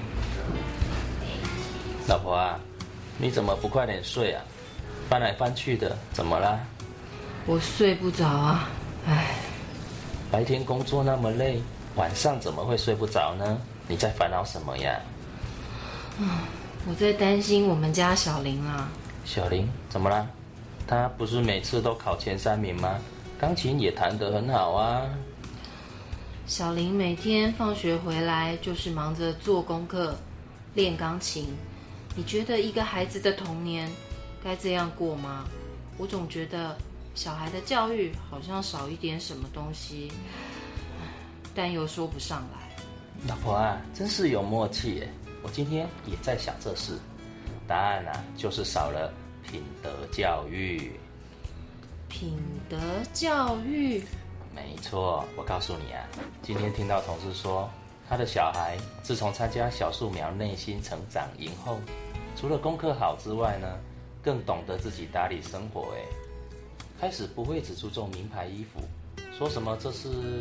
Speaker 3: 老婆啊，你怎么不快点睡啊？翻来翻去的，怎么啦？
Speaker 4: 我睡不着啊，唉。
Speaker 3: 白天工作那么累，晚上怎么会睡不着呢？你在烦恼什么呀？
Speaker 4: 嗯，我在担心我们家小玲啦。
Speaker 3: 小玲怎么啦？她不是每次都考前三名吗？钢琴也弹得很好啊。
Speaker 4: 小玲每天放学回来就是忙着做功课、练钢琴。你觉得一个孩子的童年该这样过吗？我总觉得小孩的教育好像少一点什么东西，但又说不上来。
Speaker 3: 老婆啊，真是有默契耶！我今天也在想这事，答案啊就是少了品德教育。
Speaker 4: 品德教育？
Speaker 3: 没错，我告诉你啊，今天听到同事说，他的小孩自从参加小树苗内心成长营后，除了功课好之外呢，更懂得自己打理生活。哎，开始不会只注重名牌衣服，说什么这是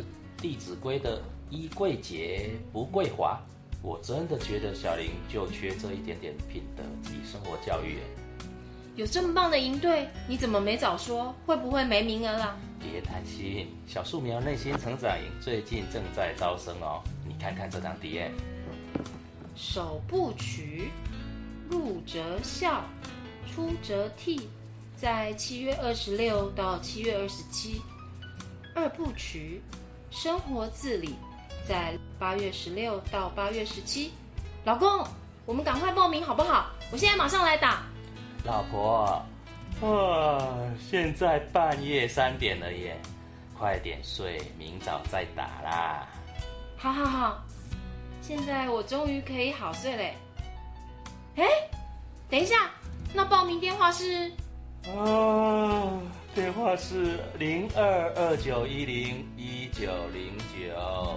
Speaker 3: 弟子规的衣贵洁不贵华，我真的觉得小林就缺这一点点品德及生活教育。
Speaker 4: 有这么棒的营队，你怎么没早说？会不会没名额啦？
Speaker 3: 别担心，小树苗内心成长营最近正在招生哦。你看看这张 D M，
Speaker 4: 首部曲入则孝，出则悌，在七月二十六到七月二十七。二部曲生活自理，在八月十六到八月十七。老公，我们赶快报名好不好？我现在马上来打。
Speaker 3: 老婆，啊，现在半夜三点了耶，快点睡，明早再打啦。
Speaker 4: 好好好，现在我终于可以好睡嘞。哎，等一下，那报名电话是？
Speaker 3: 啊，电话是零二二九一零一九零九。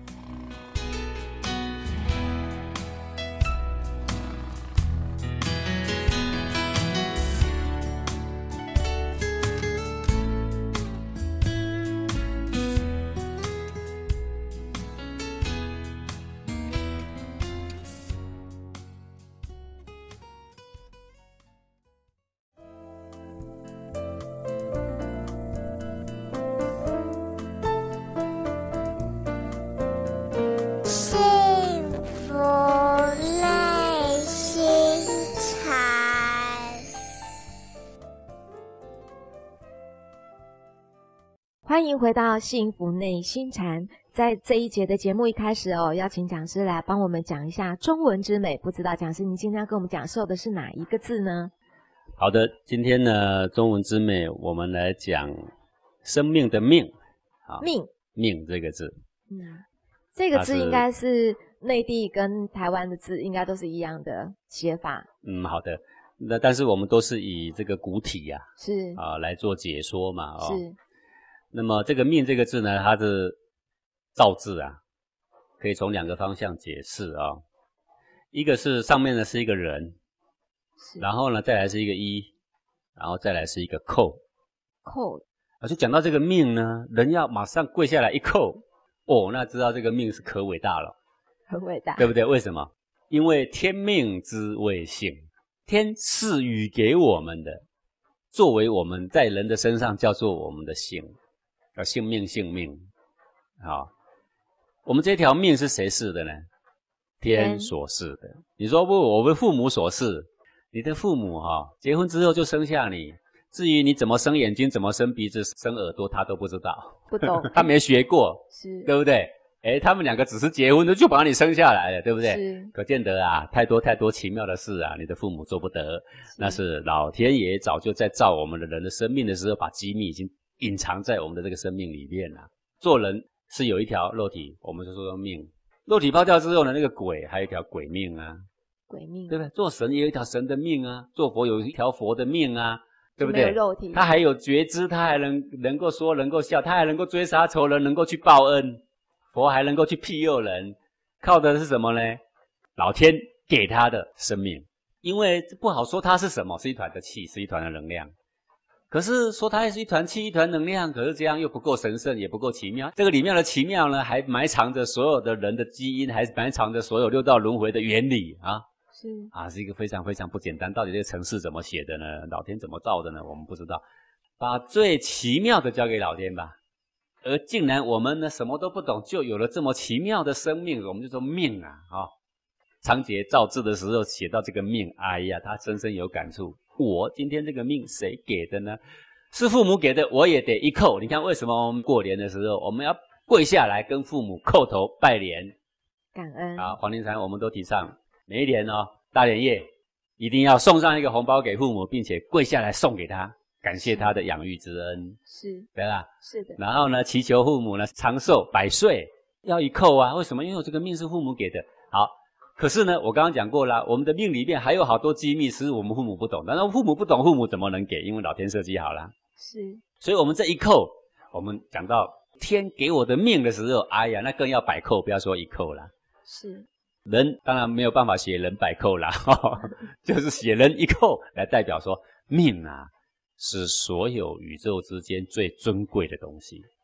Speaker 1: 欢迎回到幸福内心禅。在这一节的节目一开始哦，邀请讲师来帮我们讲一下中文之美。不知道讲师您今天要跟我们讲授的是哪一个字呢？
Speaker 2: 好的，今天呢中文之美，我们来讲生命的命。好，
Speaker 1: 命
Speaker 2: 命这个字，
Speaker 1: 嗯，这个字应该是内地跟台湾的字应该都是一样的写法。
Speaker 2: 嗯，好的。那但是我们都是以这个古体呀、啊，
Speaker 1: 是
Speaker 2: 啊来做解说嘛，哦，
Speaker 1: 是。
Speaker 2: 那么这个命这个字呢，它的造字啊，可以从两个方向解释啊、哦。一个是上面呢是一个人，然后呢再来是一个一，然后再来是一个扣。
Speaker 1: 扣
Speaker 2: 啊，就讲到这个命呢，人要马上跪下来一扣，哦，那知道这个命是可伟大了，
Speaker 1: 很伟大，
Speaker 2: 对不对？为什么？因为天命之谓性，天赐予给我们的，作为我们在人的身上叫做我们的性。叫性命，性命，好，我们这条命是谁赐的呢？天所赐的。你说不，我们父母所赐。你的父母哈、哦，结婚之后就生下你，至于你怎么生眼睛，怎么生鼻子，生耳朵，他都不知道，
Speaker 1: 不懂，
Speaker 2: 他没学过，
Speaker 1: 是，
Speaker 2: 对不对？诶，他们两个只是结婚的就把你生下来了，对不对？
Speaker 1: 是，
Speaker 2: 可见得啊，太多太多奇妙的事啊，你的父母做不得，是那是老天爷早就在造我们的人的生命的时候，把机密已经隐藏在我们的这个生命里面了。做人是有一条肉体，我们就说命。肉体抛掉之后呢，那个鬼还有一条鬼命啊，
Speaker 1: 鬼命，
Speaker 2: 对不对？做神也有一条神的命啊，做佛有一条佛的命啊，对不对？
Speaker 1: 没有肉体，
Speaker 2: 他还有觉知，他还能能够说，能够笑，他还能够追杀仇人，能够去报恩。佛还能够去庇佑人，靠的是什么呢？老天给他的生命。因为不好说它是什么，是一团的气，是一团的能量。可是说它也是一团气，一团能量，可是这样又不够神圣，也不够奇妙。这个里面的奇妙呢，还埋藏着所有的人的基因，还埋藏着所有六道轮回的原理啊！
Speaker 1: 是
Speaker 2: 啊，是一个非常非常不简单。到底这个程式怎么写的呢？老天怎么造的呢？我们不知道。把最奇妙的交给老天吧。而竟然我们呢什么都不懂，就有了这么奇妙的生命，我们就说命啊！啊、哦，仓颉造字的时候写到这个命，哎呀，他深深有感触。我今天这个命谁给的呢？是父母给的，我也得一叩。你看为什么我们过年的时候我们要跪下来跟父母叩头拜年，
Speaker 1: 感恩
Speaker 2: 啊？黄庭禅我们都提倡，每一年哦大年夜一定要送上一个红包给父母，并且跪下来送给他，感谢他的养育之恩，
Speaker 1: 是，
Speaker 2: 对吧？
Speaker 1: 是的。
Speaker 2: 然后呢，祈求父母呢长寿百岁，要一叩啊。为什么？因为我这个命是父母给的。好。可是呢，我刚刚讲过了，我们的命里面还有好多机密是我们父母不懂的。那父母不懂，父母怎么能给？因为老天设计好了。
Speaker 1: 是，
Speaker 2: 所以我们这一叩，我们讲到天给我的命的时候，哎呀，那更要百叩，不要说一叩啦。
Speaker 1: 是，
Speaker 2: 人当然没有办法写人百叩啦，就是写人一叩来代表说命啊，是所有宇宙之间最尊贵的东西。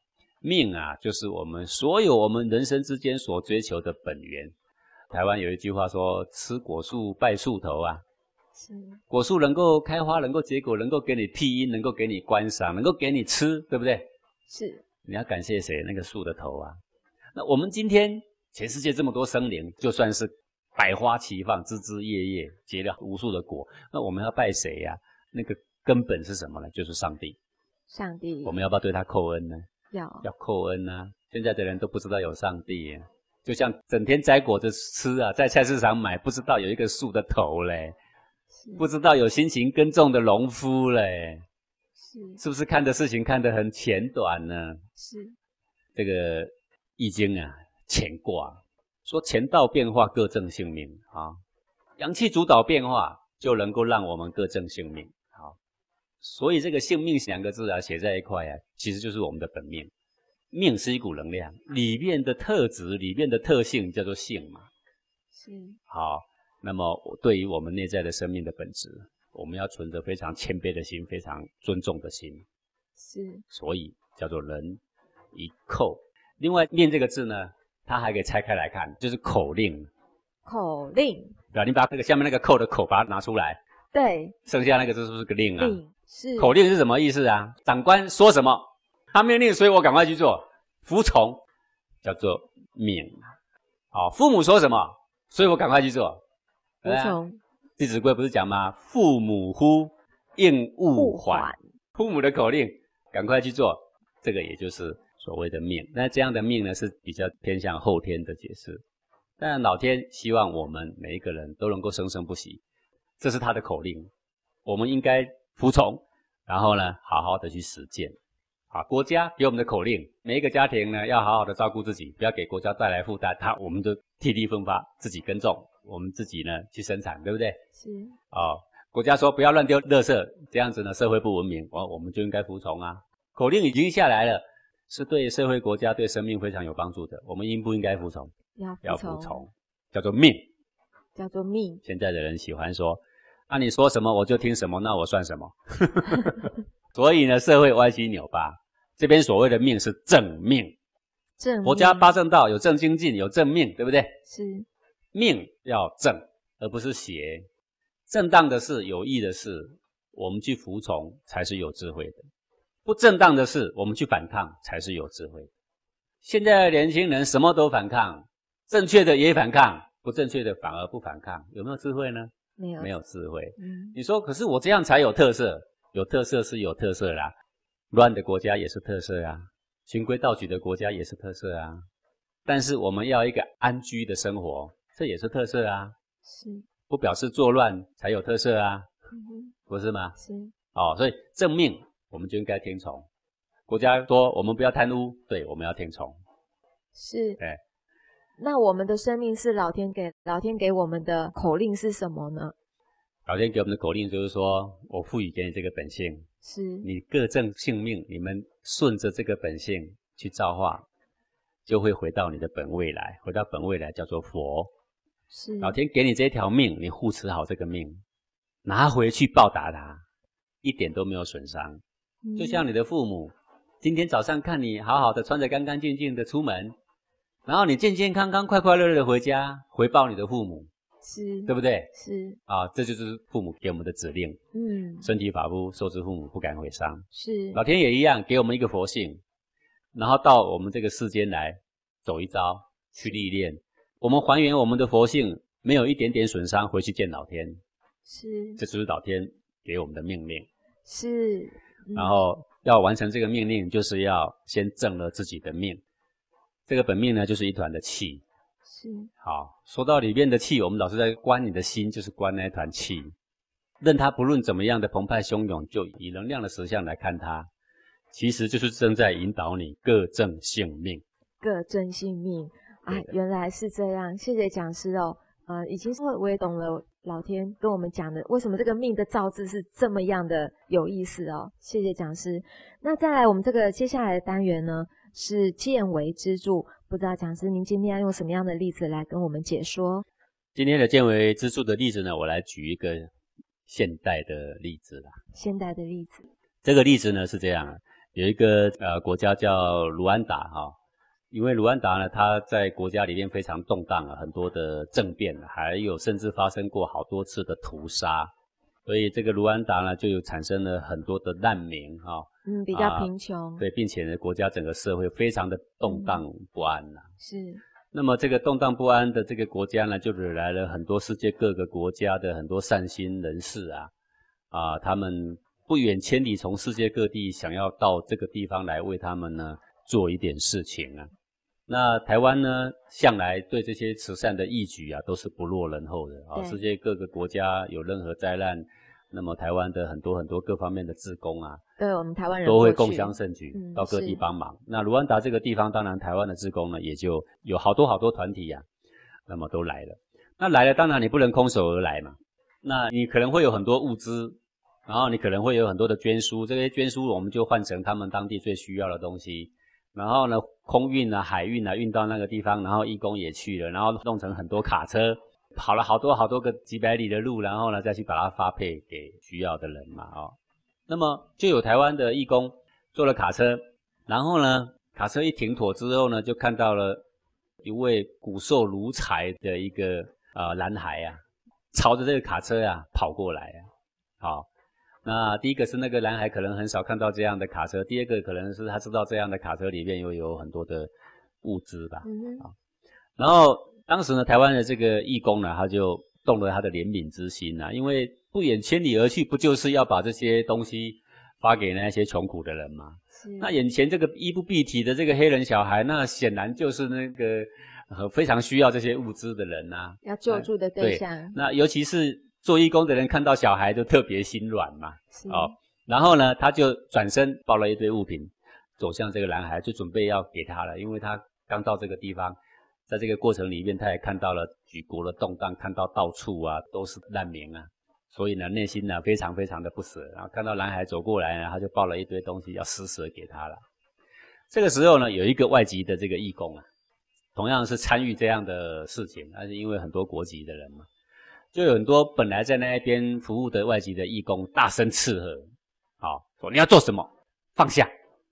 Speaker 2: 命啊，就是我们所有我们人生之间所追求的本源。台湾有一句话说，吃果树拜树头啊，
Speaker 1: 是
Speaker 2: 果树能够开花，能够结果，能够给你庇荫，能够给你观赏，能够给你吃，对不对？
Speaker 1: 是，
Speaker 2: 你要感谢谁？那个树的头啊。那我们今天全世界这么多生灵，就算是百花齐放，枝枝叶叶结了无数的果，那我们要拜谁呀、啊？那个根本是什么呢？就是上帝。
Speaker 1: 上帝，
Speaker 2: 我们要不要对他叩恩呢？
Speaker 1: 要
Speaker 2: 要叩恩啊！现在的人都不知道有上帝耶，就像整天摘果子吃啊，在菜市场买，不知道有一个树的头嘞，不知道有辛勤耕种的农夫嘞，
Speaker 1: 是
Speaker 2: 是不是看的事情看得很浅短呢？
Speaker 1: 是，
Speaker 2: 这个易经啊，乾卦说乾道变化，各正性命啊，阳气主导变化，就能够让我们各正性命。好，所以这个性命两个字啊，写在一块啊，其实就是我们的本命。命是一股能量，里面的特质、里面的特性叫做性嘛。
Speaker 1: 是
Speaker 2: 好，那么对于我们内在的生命的本质，我们要存着非常谦卑的心，非常尊重的心。
Speaker 1: 是，
Speaker 2: 所以叫做人一叩。另外，命这个字呢，它还可以拆开来看，就是口令。
Speaker 1: 口令，
Speaker 2: 对吧？你把那个下面那个扣的口把它拿出来，
Speaker 1: 对，
Speaker 2: 剩下那个字是不是个令啊？
Speaker 1: 令是
Speaker 2: 口令是什么意思啊？长官说什么，他命令，所以我赶快去做，服从，叫做命。好，父母说什么，所以我赶快去做，
Speaker 1: 服从。
Speaker 2: 弟子规不是讲吗？父母呼，应勿缓。父母的口令，赶快去做，这个也就是所谓的命。那这样的命呢，是比较偏向后天的解释。但老天希望我们每一个人都能够生生不息，这是他的口令，我们应该服从，然后呢，好好的去实践。啊，国家给我们的口令，每一个家庭呢，要好好的照顾自己，不要给国家带来负担。他我们就替力分发，自己耕种，我们自己呢去生产，对不对？
Speaker 1: 是。
Speaker 2: 哦，国家说不要乱丢垃圾，这样子呢社会不文明，哦，我们就应该服从啊。口令已经下来了，是对社会、国家、对生命非常有帮助的，我们应不应该服从？
Speaker 1: 要服从，
Speaker 2: 要服从，叫做命，
Speaker 1: 叫做命。
Speaker 2: 现在的人喜欢说，啊，你说什么我就听什么，那我算什么？所以呢，社会歪七扭八。这边所谓的命是正命，
Speaker 1: 正命
Speaker 2: 佛家八正道有正精进，有正命，对不对？
Speaker 1: 是，
Speaker 2: 命要正，而不是邪。正当的事、有益的事，我们去服从才是有智慧的；不正当的事，我们去反抗才是有智慧的。现在的年轻人什么都反抗，正确的也反抗，不正确的反而不反抗，有没有智慧呢？
Speaker 1: 没有，
Speaker 2: 没有智慧。
Speaker 1: 嗯，
Speaker 2: 你说，可是我这样才有特色，有特色是有特色啦。乱的国家也是特色啊，循规蹈矩的国家也是特色啊。但是我们要一个安居的生活，这也是特色啊。
Speaker 1: 是，
Speaker 2: 不表示作乱才有特色啊，
Speaker 1: 嗯、
Speaker 2: 不是吗？
Speaker 1: 是。
Speaker 2: 哦，所以正命我们就应该听从。国家说我们不要贪污，对，我们要听从。
Speaker 1: 是。
Speaker 2: 对。
Speaker 1: 那我们的生命是老天给，老天给我们的口令是什么呢？
Speaker 2: 老天给我们的口令就是说，我赋予给你这个本性，
Speaker 1: 是
Speaker 2: 你各正性命，你们顺着这个本性去造化，就会回到你的本位来，回到本位来叫做佛。
Speaker 1: 是
Speaker 2: 老天给你这条命，你护持好这个命，拿回去报答他，一点都没有损伤。
Speaker 1: 嗯、
Speaker 2: 就像你的父母，今天早上看你好好的穿着干干净净的出门，然后你健健康康、快快乐乐的回家，回报你的父母。
Speaker 1: 是，
Speaker 2: 对不对？
Speaker 1: 是
Speaker 2: 啊，这就是父母给我们的指令。
Speaker 1: 嗯，
Speaker 2: 身体发肤，受之父母，不敢毁伤。
Speaker 1: 是，
Speaker 2: 老天也一样，给我们一个佛性，然后到我们这个世间来走一遭，去历练。我们还原我们的佛性，没有一点点损伤，回去见老天。
Speaker 1: 是，
Speaker 2: 这就是老天给我们的命令。
Speaker 1: 是，
Speaker 2: 嗯、然后要完成这个命令，就是要先正了自己的命。这个本命呢，就是一团的气。
Speaker 1: 是，
Speaker 2: 好，说到里面的气，我们老是在观你的心，就是观那一团气，任它不论怎么样的澎湃汹涌，就以能量的实相来看它，其实就是正在引导你各正性命，
Speaker 1: 各正性命啊，原来是这样，谢谢讲师哦，呃，已经我也懂了老天跟我们讲的，为什么这个命的造字是这么样的有意思哦，谢谢讲师。那再来，我们这个接下来的单元呢，是见微知著。不知道讲师您今天要用什么样的例子来跟我们解说？
Speaker 2: 今天的见微知著的例子呢，我来举一个现代的例子啦。
Speaker 1: 现代的例子，
Speaker 2: 这个例子呢是这样， 有一个呃国家叫卢安达哈、哦，因为卢安达呢，它在国家里面非常动荡啊，很多的政变，还有甚至发生过好多次的屠杀，所以这个卢安达呢就有产生了很多的难民哈、哦，
Speaker 1: 嗯，比较贫穷、
Speaker 2: 啊，对，并且呢，国家整个社会非常的动荡不安呐、啊
Speaker 1: 嗯。是。
Speaker 2: 那么这个动荡不安的这个国家呢，就惹来了很多世界各个国家的很多善心人士啊，啊，他们不远千里从世界各地想要到这个地方来为他们呢做一点事情啊。那台湾呢，向来对这些慈善的义举啊，都是不落人后的啊。世界各个国家有任何灾难，那么台湾的很多很多各方面的志工啊，
Speaker 1: 对我们台湾人
Speaker 2: 都会共襄盛举、
Speaker 1: 嗯、
Speaker 2: 到各地帮忙。那卢安达这个地方，当然台湾的志工呢，也就有好多好多团体啊，那么都来了。那来了，当然你不能空手而来嘛。那你可能会有很多物资，然后你可能会有很多的捐书，这些捐书我们就换成他们当地最需要的东西。然后呢，空运啊、海运啊，运到那个地方，然后义工也去了，然后弄成很多卡车，跑了好多好多个几百里的路，然后呢再去把它发配给需要的人嘛，哦。那么就有台湾的义工坐了卡车，然后呢，卡车一停妥之后呢，就看到了一位骨瘦如柴的一个呃男孩啊，朝着这个卡车啊跑过来啊，好。那第一个是那个男孩可能很少看到这样的卡车，第二个可能是他知道这样的卡车里面又有很多的物资吧。嗯、啊，然后当时呢，台湾的这个义工呢，他就动了他的怜悯之心啊，因为不远千里而去，不就是要把这些东西发给那些穷苦的人吗？是。那眼前这个衣不蔽体的这个黑人小孩，那显然就是那个呃非常需要这些物资的人啊，
Speaker 1: 要救助的对象。
Speaker 2: 对，那尤其是做义工的人看到小孩就特别心软嘛，哦，然后呢，他就转身抱了一堆物品，走向这个男孩，就准备要给他了，因为他刚到这个地方，在这个过程里面，他也看到了举国的动荡，看到到处啊都是难民啊，所以呢，内心呢非常非常的不舍，然后看到男孩走过来呢，他就抱了一堆东西要施舍给他了。这个时候呢，有一个外籍的这个义工啊，同样是参与这样的事情，但是因为很多国籍的人嘛。就有很多本来在那边服务的外籍的义工大声斥喝，好，说你要做什么？放下。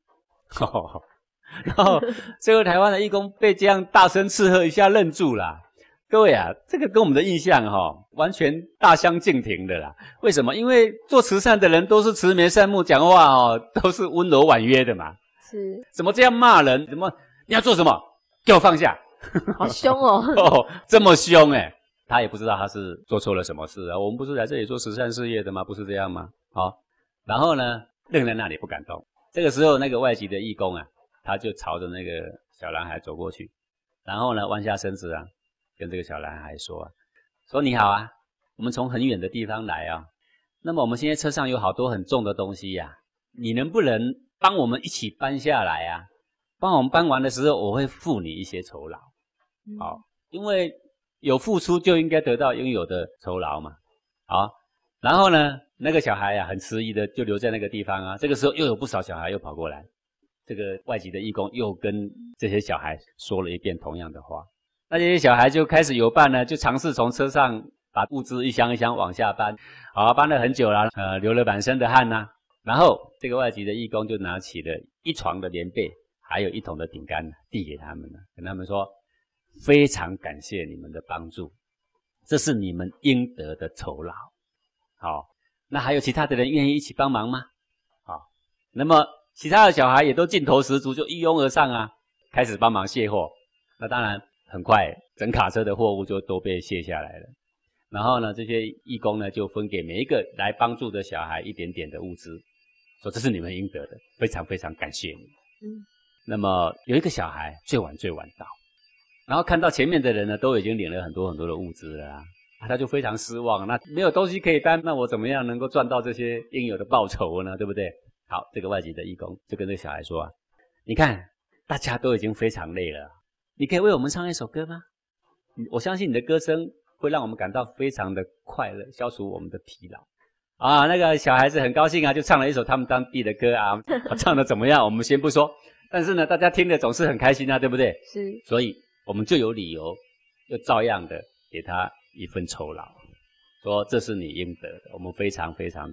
Speaker 2: 然后这个台湾的义工被这样大声斥喝一下愣住了。各位啊，这个跟我们的印象哈、哦、完全大相径庭的啦。为什么？因为做慈善的人都是慈眉善目，讲话哦都是温柔婉约的嘛。是。怎么这样骂人？怎么你要做什么？给我放下。
Speaker 1: 好凶哦。
Speaker 2: 哦，这么凶诶、欸他也不知道他是做错了什么事啊，我们不是来这里做慈善事业的吗？不是这样吗？好，然后呢，愣在那里不敢动。这个时候，那个外籍的义工啊，他就朝着那个小男孩走过去，然后呢，弯下身子啊，跟这个小男孩说啊，说你好啊，我们从很远的地方来啊，那么我们现在车上有好多很重的东西呀、啊，你能不能帮我们一起搬下来啊？帮我们搬完的时候，我会付你一些酬劳。好，因为有付出就应该得到应有的酬劳嘛。好，然后呢，那个小孩啊，很迟疑的就留在那个地方啊。这个时候又有不少小孩又跑过来，这个外籍的义工又跟这些小孩说了一遍同样的话。那这些小孩就开始有伴呢，就尝试从车上把物资一箱一箱往下搬。好，搬了很久了，呃，流了满身的汗呐。然后这个外籍的义工就拿起了一床的棉被，还有一桶的饼干递给他们了，跟他们说。非常感谢你们的帮助，这是你们应得的酬劳。好，那还有其他的人愿意一起帮忙吗？好，那么其他的小孩也都劲头十足，就一拥而上啊，开始帮忙卸货。那当然，很快整卡车的货物就都被卸下来了。然后呢，这些义工呢就分给每一个来帮助的小孩一点点的物资，说这是你们应得的，非常非常感谢你。嗯，那么有一个小孩最晚最晚到。然后看到前面的人呢，都已经领了很多很多的物资了啊，啊他就非常失望。那没有东西可以搬，那我怎么样能够赚到这些应有的报酬呢？对不对？好，这个外籍的义工就跟这个小孩说啊，你看大家都已经非常累了，你可以为我们唱一首歌吗？我相信你的歌声会让我们感到非常的快乐，消除我们的疲劳。啊，那个小孩子很高兴啊，就唱了一首他们当地的歌啊，唱得怎么样我们先不说，但是呢大家听得总是很开心啊，对不对？是，所以我们就有理由又照样的给他一份酬劳，说这是你应得的，我们非常非常的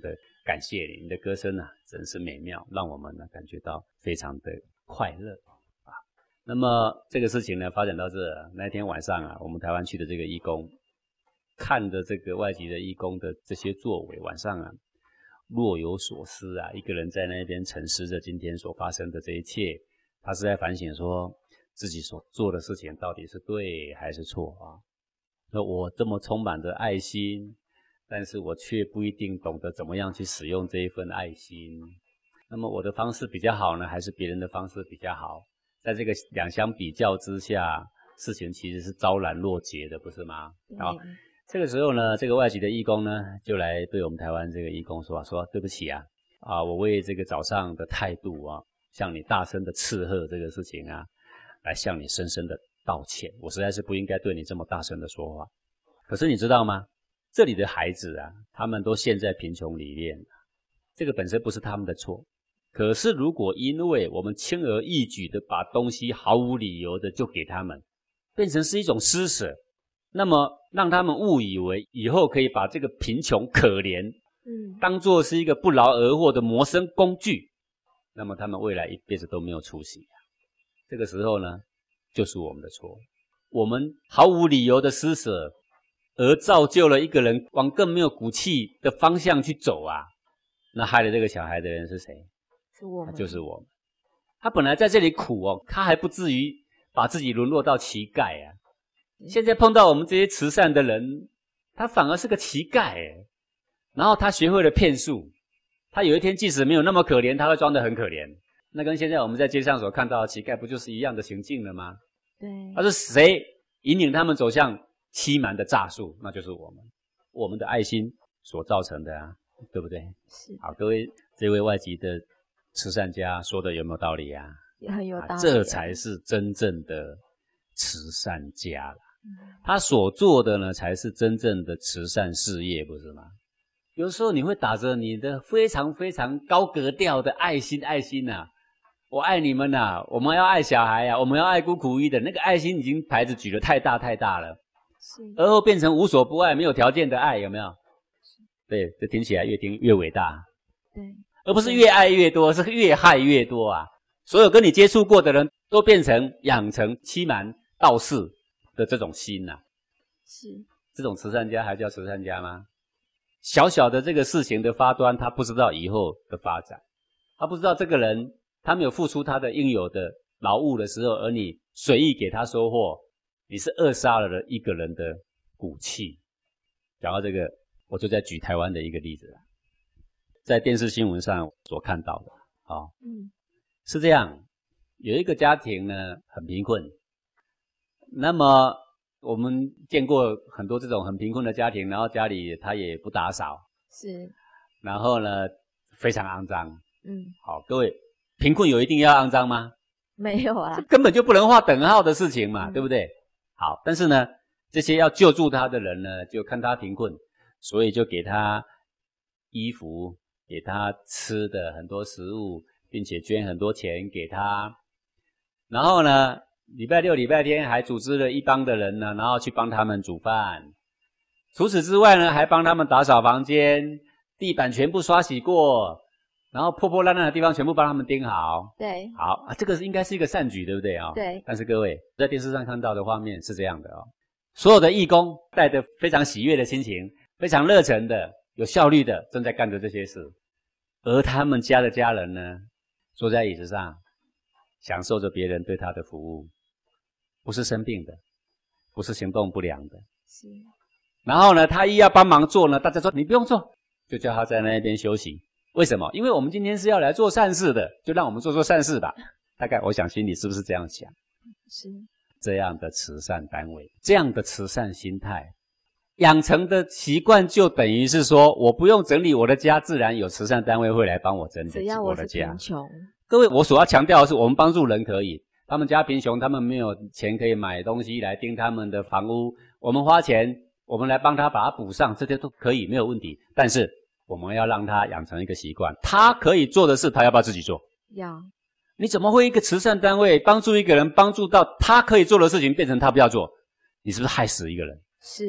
Speaker 2: 感谢你，你的歌声啊真是美妙，让我们呢感觉到非常的快乐啊。那么这个事情呢发展到这，那天晚上啊，我们台湾去的这个义工，看着这个外籍的义工的这些作为，晚上啊若有所思啊，一个人在那边沉思着今天所发生的这一切，他是在反省说自己所做的事情到底是对还是错啊。那我这么充满着爱心，但是我却不一定懂得怎么样去使用这一份爱心。那么我的方式比较好呢，还是别人的方式比较好？在这个两相比较之下，事情其实是昭然若揭的，不是吗？好，这个时候呢，这个外籍的义工呢，就来对我们台湾这个义工说说对不起啊，啊，我为这个早上的态度啊，向你大声的斥喝这个事情啊，来向你深深的道歉，我实在是不应该对你这么大声的说话。可是你知道吗？这里的孩子啊，他们都陷在贫穷里面，这个本身不是他们的错。可是如果因为我们轻而易举的把东西毫无理由的就给他们，变成是一种施舍，那么让他们误以为以后可以把这个贫穷可怜，嗯，当作是一个不劳而获的谋生工具，那么他们未来一辈子都没有出息。这个时候呢，就是我们的错，我们毫无理由的施舍，而造就了一个人往更没有骨气的方向去走啊。那害了这个小孩的人是谁？
Speaker 1: 是我们，
Speaker 2: 就是我们。他本来在这里苦哦，他还不至于把自己沦落到乞丐啊。现在碰到我们这些慈善的人，他反而是个乞丐耶。然后他学会了骗术，他有一天即使没有那么可怜，他会装得很可怜。那跟现在我们在街上所看到的乞丐不就是一样的行径了吗？
Speaker 1: 对。
Speaker 2: 他是谁引领他们走向欺瞒的诈术？那就是我们，我们的爱心所造成的啊，对不对？
Speaker 1: 是。
Speaker 2: 好，各位，这位外籍的慈善家说的有没有道理啊？
Speaker 1: 也很有道理、啊。
Speaker 2: 这才是真正的慈善家了。嗯、他所做的呢，才是真正的慈善事业，不是吗？有时候你会打着你的非常非常高格调的爱心，爱心啊。我爱你们啊，我们要爱小孩啊，我们要爱孤苦无依的，那个爱心已经牌子举得太大太大了，是，而后变成无所不爱、没有条件的爱，有没有？对，这听起来越听越伟大。
Speaker 1: 对，
Speaker 2: 而不是越爱越多，是越害越多啊！所有跟你接触过的人都变成养成欺瞒盗视的这种心啊。
Speaker 1: 是，
Speaker 2: 这种慈善家还叫慈善家吗？小小的这个事情的发端，他不知道以后的发展，他不知道这个人。他没有付出他的应有的劳务的时候，而你随意给他收获，你是扼杀了一个人的骨气。讲到这个，我就在举台湾的一个例子了，在电视新闻上所看到的，啊、哦，嗯，是这样，有一个家庭呢很贫困，那么我们见过很多这种很贫困的家庭，然后家里他也不打扫，
Speaker 1: 是，
Speaker 2: 然后呢非常肮脏，
Speaker 1: 嗯，
Speaker 2: 好，各位。贫困有一定要肮脏吗？
Speaker 1: 没有啊，
Speaker 2: 这根本就不能画等号的事情嘛，嗯、对不对？好，但是呢，这些要救助他的人呢，就看他贫困，所以就给他衣服，给他吃的很多食物，并且捐很多钱给他。然后呢，礼拜六、礼拜天还组织了一帮的人呢，然后去帮他们煮饭。除此之外呢，还帮他们打扫房间，地板全部刷洗过。然后破破烂烂的地方全部帮他们钉好。
Speaker 1: 对，
Speaker 2: 好啊，这个是应该是一个善举，对不对啊、哦？
Speaker 1: 对。
Speaker 2: 但是各位在电视上看到的画面是这样的哦，所有的义工带着非常喜悦的心情，非常热忱的、有效率的正在干着这些事，而他们家的家人呢，坐在椅子上，享受着别人对他的服务，不是生病的，不是行动不良的。
Speaker 1: 是。
Speaker 2: 然后呢，他一要帮忙做呢，大家说你不用做，就叫他在那边休息。为什么？因为我们今天是要来做善事的，就让我们做做善事吧。大概我想心里是不是这样想？
Speaker 1: 是。
Speaker 2: 这样的慈善单位，这样的慈善心态养成的习惯，就等于是说我不用整理我的家，自然有慈善单位会来帮我整理我的家。
Speaker 1: 只要我是贫穷。
Speaker 2: 各位，我所要强调的是，我们帮助人可以，他们家贫穷，他们没有钱可以买东西来钉他们的房屋，我们花钱，我们来帮他把它补上，这些都可以，没有问题。但是我们要让他养成一个习惯，他可以做的事，他要不要自己做？
Speaker 1: 要。
Speaker 2: 你怎么会一个慈善单位帮助一个人，帮助到他可以做的事情变成他不要做？你是不是害死一个人？
Speaker 1: 是。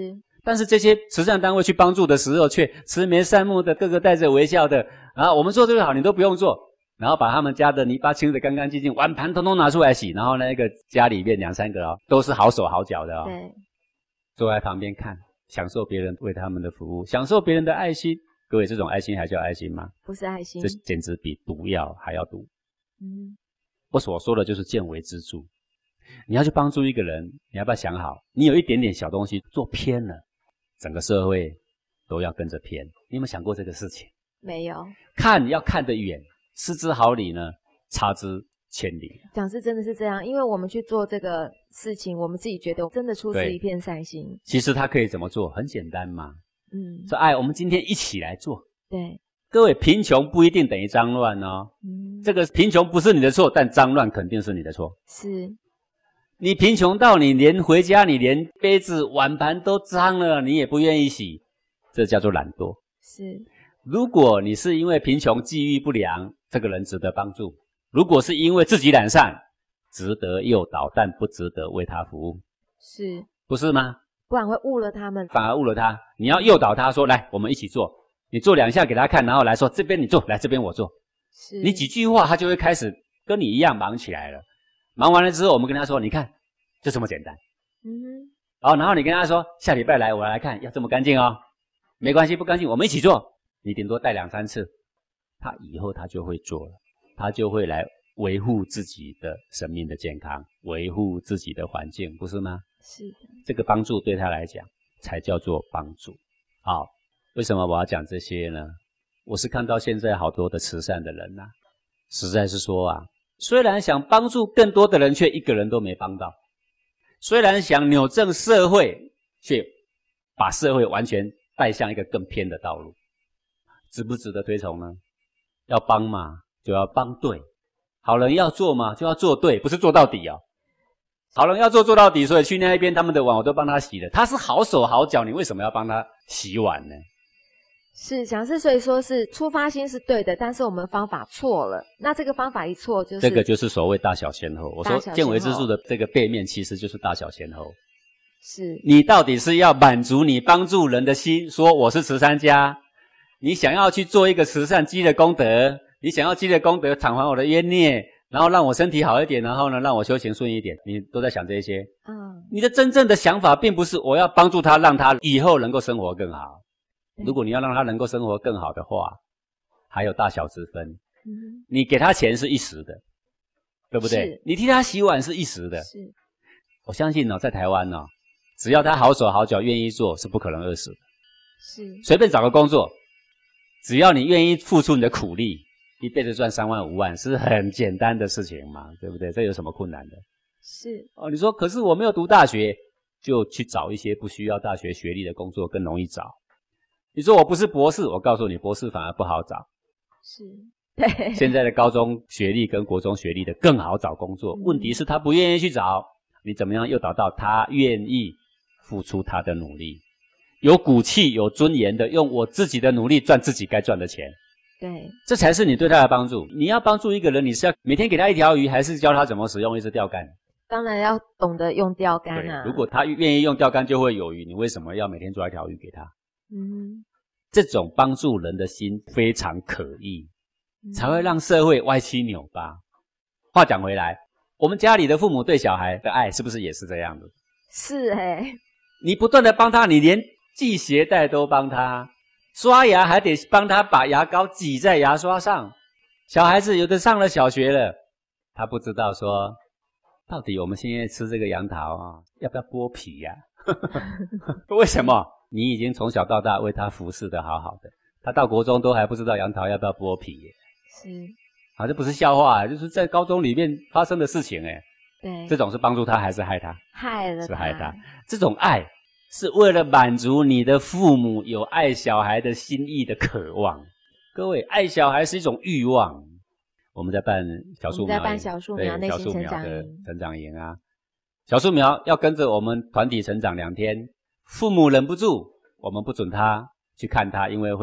Speaker 2: 但是这些慈善单位去帮助的时候，却慈眉善目的，个个带着微笑的，然后我们做这个好，你都不用做，然后把他们家的泥巴清得干干净净，碗盘统统拿出来洗，然后那个家里面两三个哦，都是好手好脚的哦，
Speaker 1: 对，
Speaker 2: 坐在旁边看，享受别人为他们的服务，享受别人的爱心。各位，这种爱心还叫爱心吗？
Speaker 1: 不是爱心，
Speaker 2: 这简直比毒药还要毒。
Speaker 1: 嗯，
Speaker 2: 我所说的就是见微知著。你要去帮助一个人，你要不要想好，你有一点点小东西做偏了，整个社会都要跟着偏。你有没有想过这个事情？
Speaker 1: 没有。
Speaker 2: 看要看得远，失之毫厘呢，差之千里。
Speaker 1: 讲师真的是这样，因为我们去做这个事情，我们自己觉得真的出自一片善心。
Speaker 2: 其实他可以怎么做？很简单嘛。
Speaker 1: 嗯，
Speaker 2: 说哎，我们今天一起来做。
Speaker 1: 对，
Speaker 2: 各位，贫穷不一定等于脏乱哦。嗯，这个贫穷不是你的错，但脏乱肯定是你的错。
Speaker 1: 是，
Speaker 2: 你贫穷到你连回家，你连杯子碗盘都脏了，你也不愿意洗，这叫做懒惰。
Speaker 1: 是，
Speaker 2: 如果你是因为贫穷际遇不良，这个人值得帮助；如果是因为自己懒散，值得诱导，但不值得为他服务。
Speaker 1: 是，
Speaker 2: 不是吗？
Speaker 1: 不然会误了他们，
Speaker 2: 反而误了他。你要诱导他说，来，我们一起做。你做两下给他看，然后来说，这边你做，来这边我做。
Speaker 1: 是，
Speaker 2: 你几句话，他就会开始跟你一样忙起来了。忙完了之后，我们跟他说，你看，就这么简单。
Speaker 1: 嗯哼。
Speaker 2: 好，然后你跟他说，下礼拜来我来看，要这么干净哦。没关系，不干净我们一起做。你顶多带两三次，他以后他就会做了，他就会来维护自己的生命的健康，维护自己的环境，不是吗？
Speaker 1: 是的，
Speaker 2: 这个帮助对他来讲才叫做帮助。好，为什么我要讲这些呢？我是看到现在好多的慈善的人啊，实在是说啊，虽然想帮助更多的人，却一个人都没帮到；虽然想扭正社会，却把社会完全带向一个更偏的道路。值不值得推崇呢？要帮嘛，就要帮对。好人要做嘛，就要做对，不是做到底哦。好人要做做到底，所以去那一边他们的碗我都帮他洗了。他是好手好脚，你为什么要帮他洗碗呢？
Speaker 1: 是，讲是所以说是出发心是对的，但是我们方法错了。那这个方法一错，就是
Speaker 2: 这个就是所谓大小先后。我说见微知著的这个背面其实就是大小先后。
Speaker 1: 是，
Speaker 2: 你到底是要满足你帮助人的心，说我是慈善家，你想要去做一个慈善积的功德，你想要积的功德偿还我的冤孽，然后让我身体好一点，然后呢让我修行顺一点，你都在想这些。嗯，你的真正的想法并不是我要帮助他，让他以后能够生活更好。如果你要让他能够生活更好的话，还有大小之分。嗯，你给他钱是一时的，对不对？你替他洗碗是一时的。是，我相信哦，在台湾哦，只要他好手好脚愿意做，是不可能饿死的。是，随便找个工作，只要你愿意付出你的苦力，一辈子赚三万五万是很简单的事情嘛，对不对？这有什么困难的？是哦，你说可是我没有读大学，就去找一些不需要大学学历的工作更容易找。你说我不是博士，我告诉你，博士反而不好找。是，对。现在的高中学历跟国中学历的更好找工作，嗯，问题是他不愿意去找，你怎么样诱导到他愿意付出他的努力，有骨气、有尊严的用我自己的努力赚自己该赚的钱。对，这才是你对他的帮助。你要帮助一个人，你是要每天给他一条鱼，还是教他怎么使用一支钓竿？
Speaker 1: 当然要懂得用钓竿啊。
Speaker 2: 如果他愿意用钓竿就会有鱼，你为什么要每天抓一条鱼给他？嗯，这种帮助人的心非常可疑，嗯，才会让社会歪七扭八。话讲回来，我们家里的父母对小孩的爱是不是也是这样的？
Speaker 1: 是欸，
Speaker 2: 你不断的帮他，你连系鞋带都帮他，刷牙还得帮他把牙膏挤在牙刷上。小孩子有的上了小学了，他不知道说到底我们现在吃这个杨桃啊，要不要剥皮呀？为什么？你已经从小到大为他服侍的好好的，他到国中都还不知道杨桃要不要剥皮耶。是，啊，这不是笑话，就是在高中里面发生的事情诶。对，这种是帮助他还是害他？
Speaker 1: 害了他，
Speaker 2: 是害他。这种爱是为了满足你的父母有爱小孩的心意的渴望。各位，爱小孩是一种欲望。我们在办小树苗，
Speaker 1: 我们在办小树苗内心成长营，
Speaker 2: 成长营啊。小树苗要跟着我们团体成长两天，父母忍不住，我们不准他去看他，因为会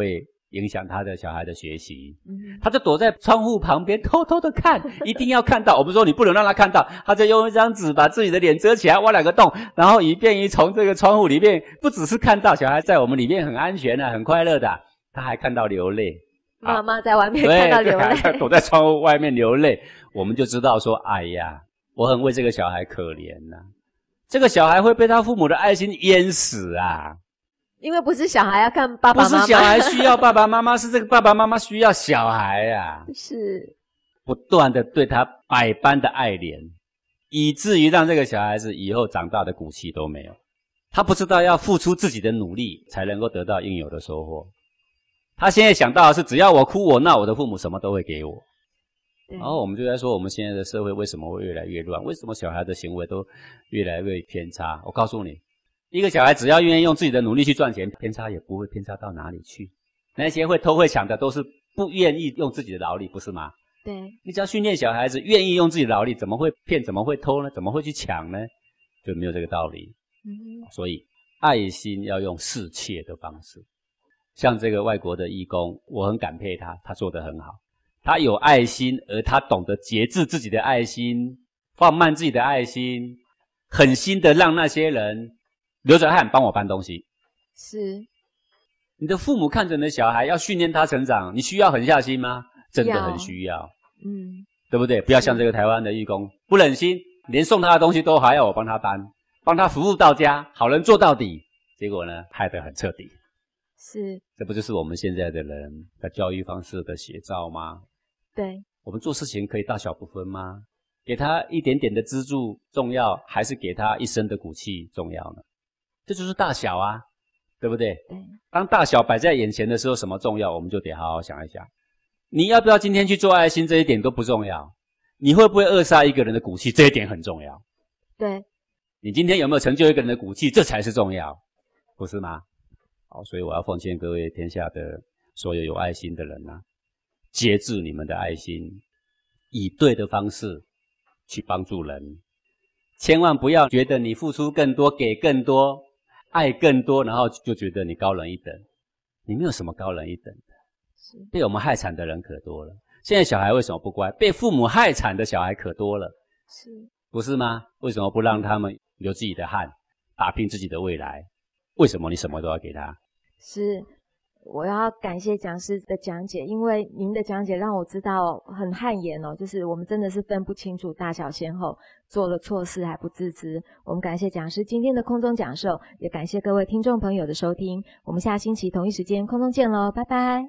Speaker 2: 影响他的小孩的学习。嗯，他就躲在窗户旁边偷偷的看，一定要看到。我们说你不能让他看到，他就用一张纸把自己的脸遮起来，挖两个洞，然后以便于从这个窗户里面，不只是看到小孩在我们里面很安全啊，很快乐的，他还看到流泪。
Speaker 1: 妈妈在外面看到流泪，
Speaker 2: 躲在窗户外面流泪，我们就知道说，哎呀，我很为这个小孩可怜啊，这个小孩会被他父母的爱心淹死啊。
Speaker 1: 因为不是小孩要看爸爸妈妈，
Speaker 2: 不是小孩需要爸爸妈妈，是这个爸爸妈妈需要小孩啊。
Speaker 1: 是
Speaker 2: 不断的对他百般的爱怜，以至于让这个小孩子以后长大的骨气都没有。他不知道要付出自己的努力才能够得到应有的收获。他现在想到的是，只要我哭我闹，我的父母什么都会给我。然后我们就在说，我们现在的社会为什么会越来越乱？为什么小孩的行为都越来越偏差？我告诉你，一个小孩只要愿意用自己的努力去赚钱，偏差也不会偏差到哪里去。那些会偷会抢的都是不愿意用自己的劳力，不是吗？
Speaker 1: 对，
Speaker 2: 你只要训练小孩子愿意用自己的劳力，怎么会骗？怎么会偷呢？怎么会去抢呢？就没有这个道理。嗯，所以爱心要用适切的方式。像这个外国的义工，我很感佩他，他做得很好。他有爱心，而他懂得节制自己的爱心，放慢自己的爱心，狠心的让那些人流着汗帮我搬东西。
Speaker 1: 是，
Speaker 2: 你的父母看着你的小孩，要训练他成长，你需要狠下心吗？真的很需要。嗯，对不对？不要像这个台湾的义工，不忍心，连送他的东西都还要我帮他搬，帮他服务到家，好人做到底，结果呢，害得很彻底。
Speaker 1: 是，
Speaker 2: 这不就是我们现在的人的教育方式的写照吗？
Speaker 1: 对，
Speaker 2: 我们做事情可以大小不分吗？给他一点点的资助重要，还是给他一生的骨气重要呢？这就是大小啊，对不对？
Speaker 1: 对。
Speaker 2: 当大小摆在眼前的时候，什么重要，我们就得好好想一想。你要不要今天去做爱心，这一点都不重要。你会不会扼杀一个人的骨气，这一点很重要。
Speaker 1: 对。
Speaker 2: 你今天有没有成就一个人的骨气，这才是重要，不是吗？好，所以我要奉劝各位天下的所有有爱心的人啊，节制你们的爱心，以对的方式去帮助人。千万不要觉得你付出更多，给更多，爱更多，然后就觉得你高人一等。你没有什么高人一等的，被我们害惨的人可多了。现在小孩为什么不乖？被父母害惨的小孩可多了，
Speaker 1: 是
Speaker 2: 不是吗？为什么不让他们流自己的汗，打拼自己的未来？为什么你什么都要给他？
Speaker 1: 是，我要感谢讲师的讲解，因为您的讲解让我知道很汗颜哦，就是我们真的是分不清楚大小先后，做了错事还不自知。我们感谢讲师今天的空中讲授，也感谢各位听众朋友的收听。我们下星期同一时间空中见咯，拜拜。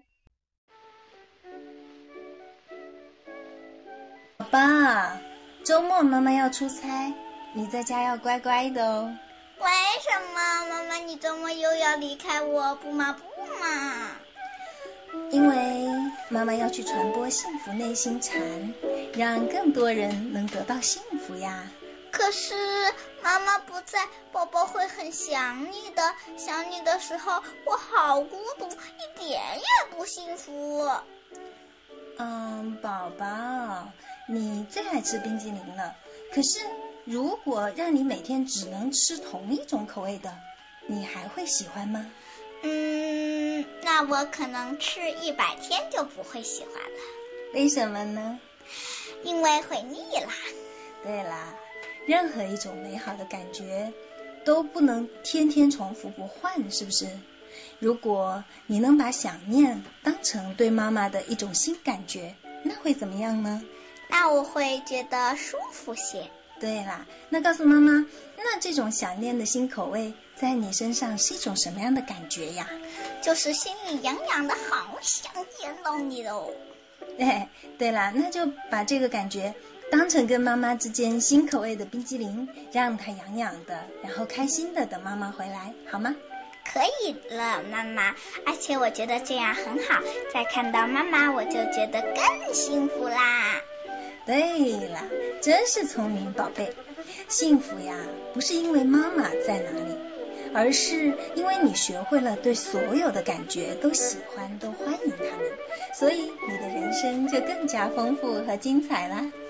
Speaker 5: 宝宝，周末妈妈要出差，你在家要乖乖的哦。
Speaker 6: 为什么妈妈你周末又要离开我？不嘛不嘛。
Speaker 5: 因为妈妈要去传播幸福内心禅，让更多人能得到幸福呀。
Speaker 6: 可是妈妈不在，宝宝会很想你的，想你的时候我好孤独，一点也不幸福。
Speaker 5: 嗯，宝宝，你最爱吃冰激凌了，可是如果让你每天只能吃同一种口味的，你还会喜欢吗？
Speaker 6: 嗯，那我可能吃一百天就不会喜欢了。
Speaker 5: 为什么呢？
Speaker 6: 因为会腻啦。
Speaker 5: 对啦，任何一种美好的感觉都不能天天重复不换，是不是？如果你能把想念当成对妈妈的一种新感觉，那会怎么样呢？
Speaker 6: 那我会觉得舒服些。
Speaker 5: 对啦，那告诉妈妈，那这种想念的新口味在你身上是一种什么样的感觉呀？
Speaker 6: 就是心里痒痒的，好想见到你哦。
Speaker 5: 对对啦，那就把这个感觉当成跟妈妈之间新口味的冰激凌，让它痒痒的，然后开心的等妈妈回来，好吗？
Speaker 6: 可以了，妈妈，而且我觉得这样很好，再看到妈妈我就觉得更幸福啦。
Speaker 5: 对了，真是聪明宝贝。幸福呀，不是因为妈妈在哪里，而是因为你学会了对所有的感觉都喜欢，都欢迎他们，所以你的人生就更加丰富和精彩啦。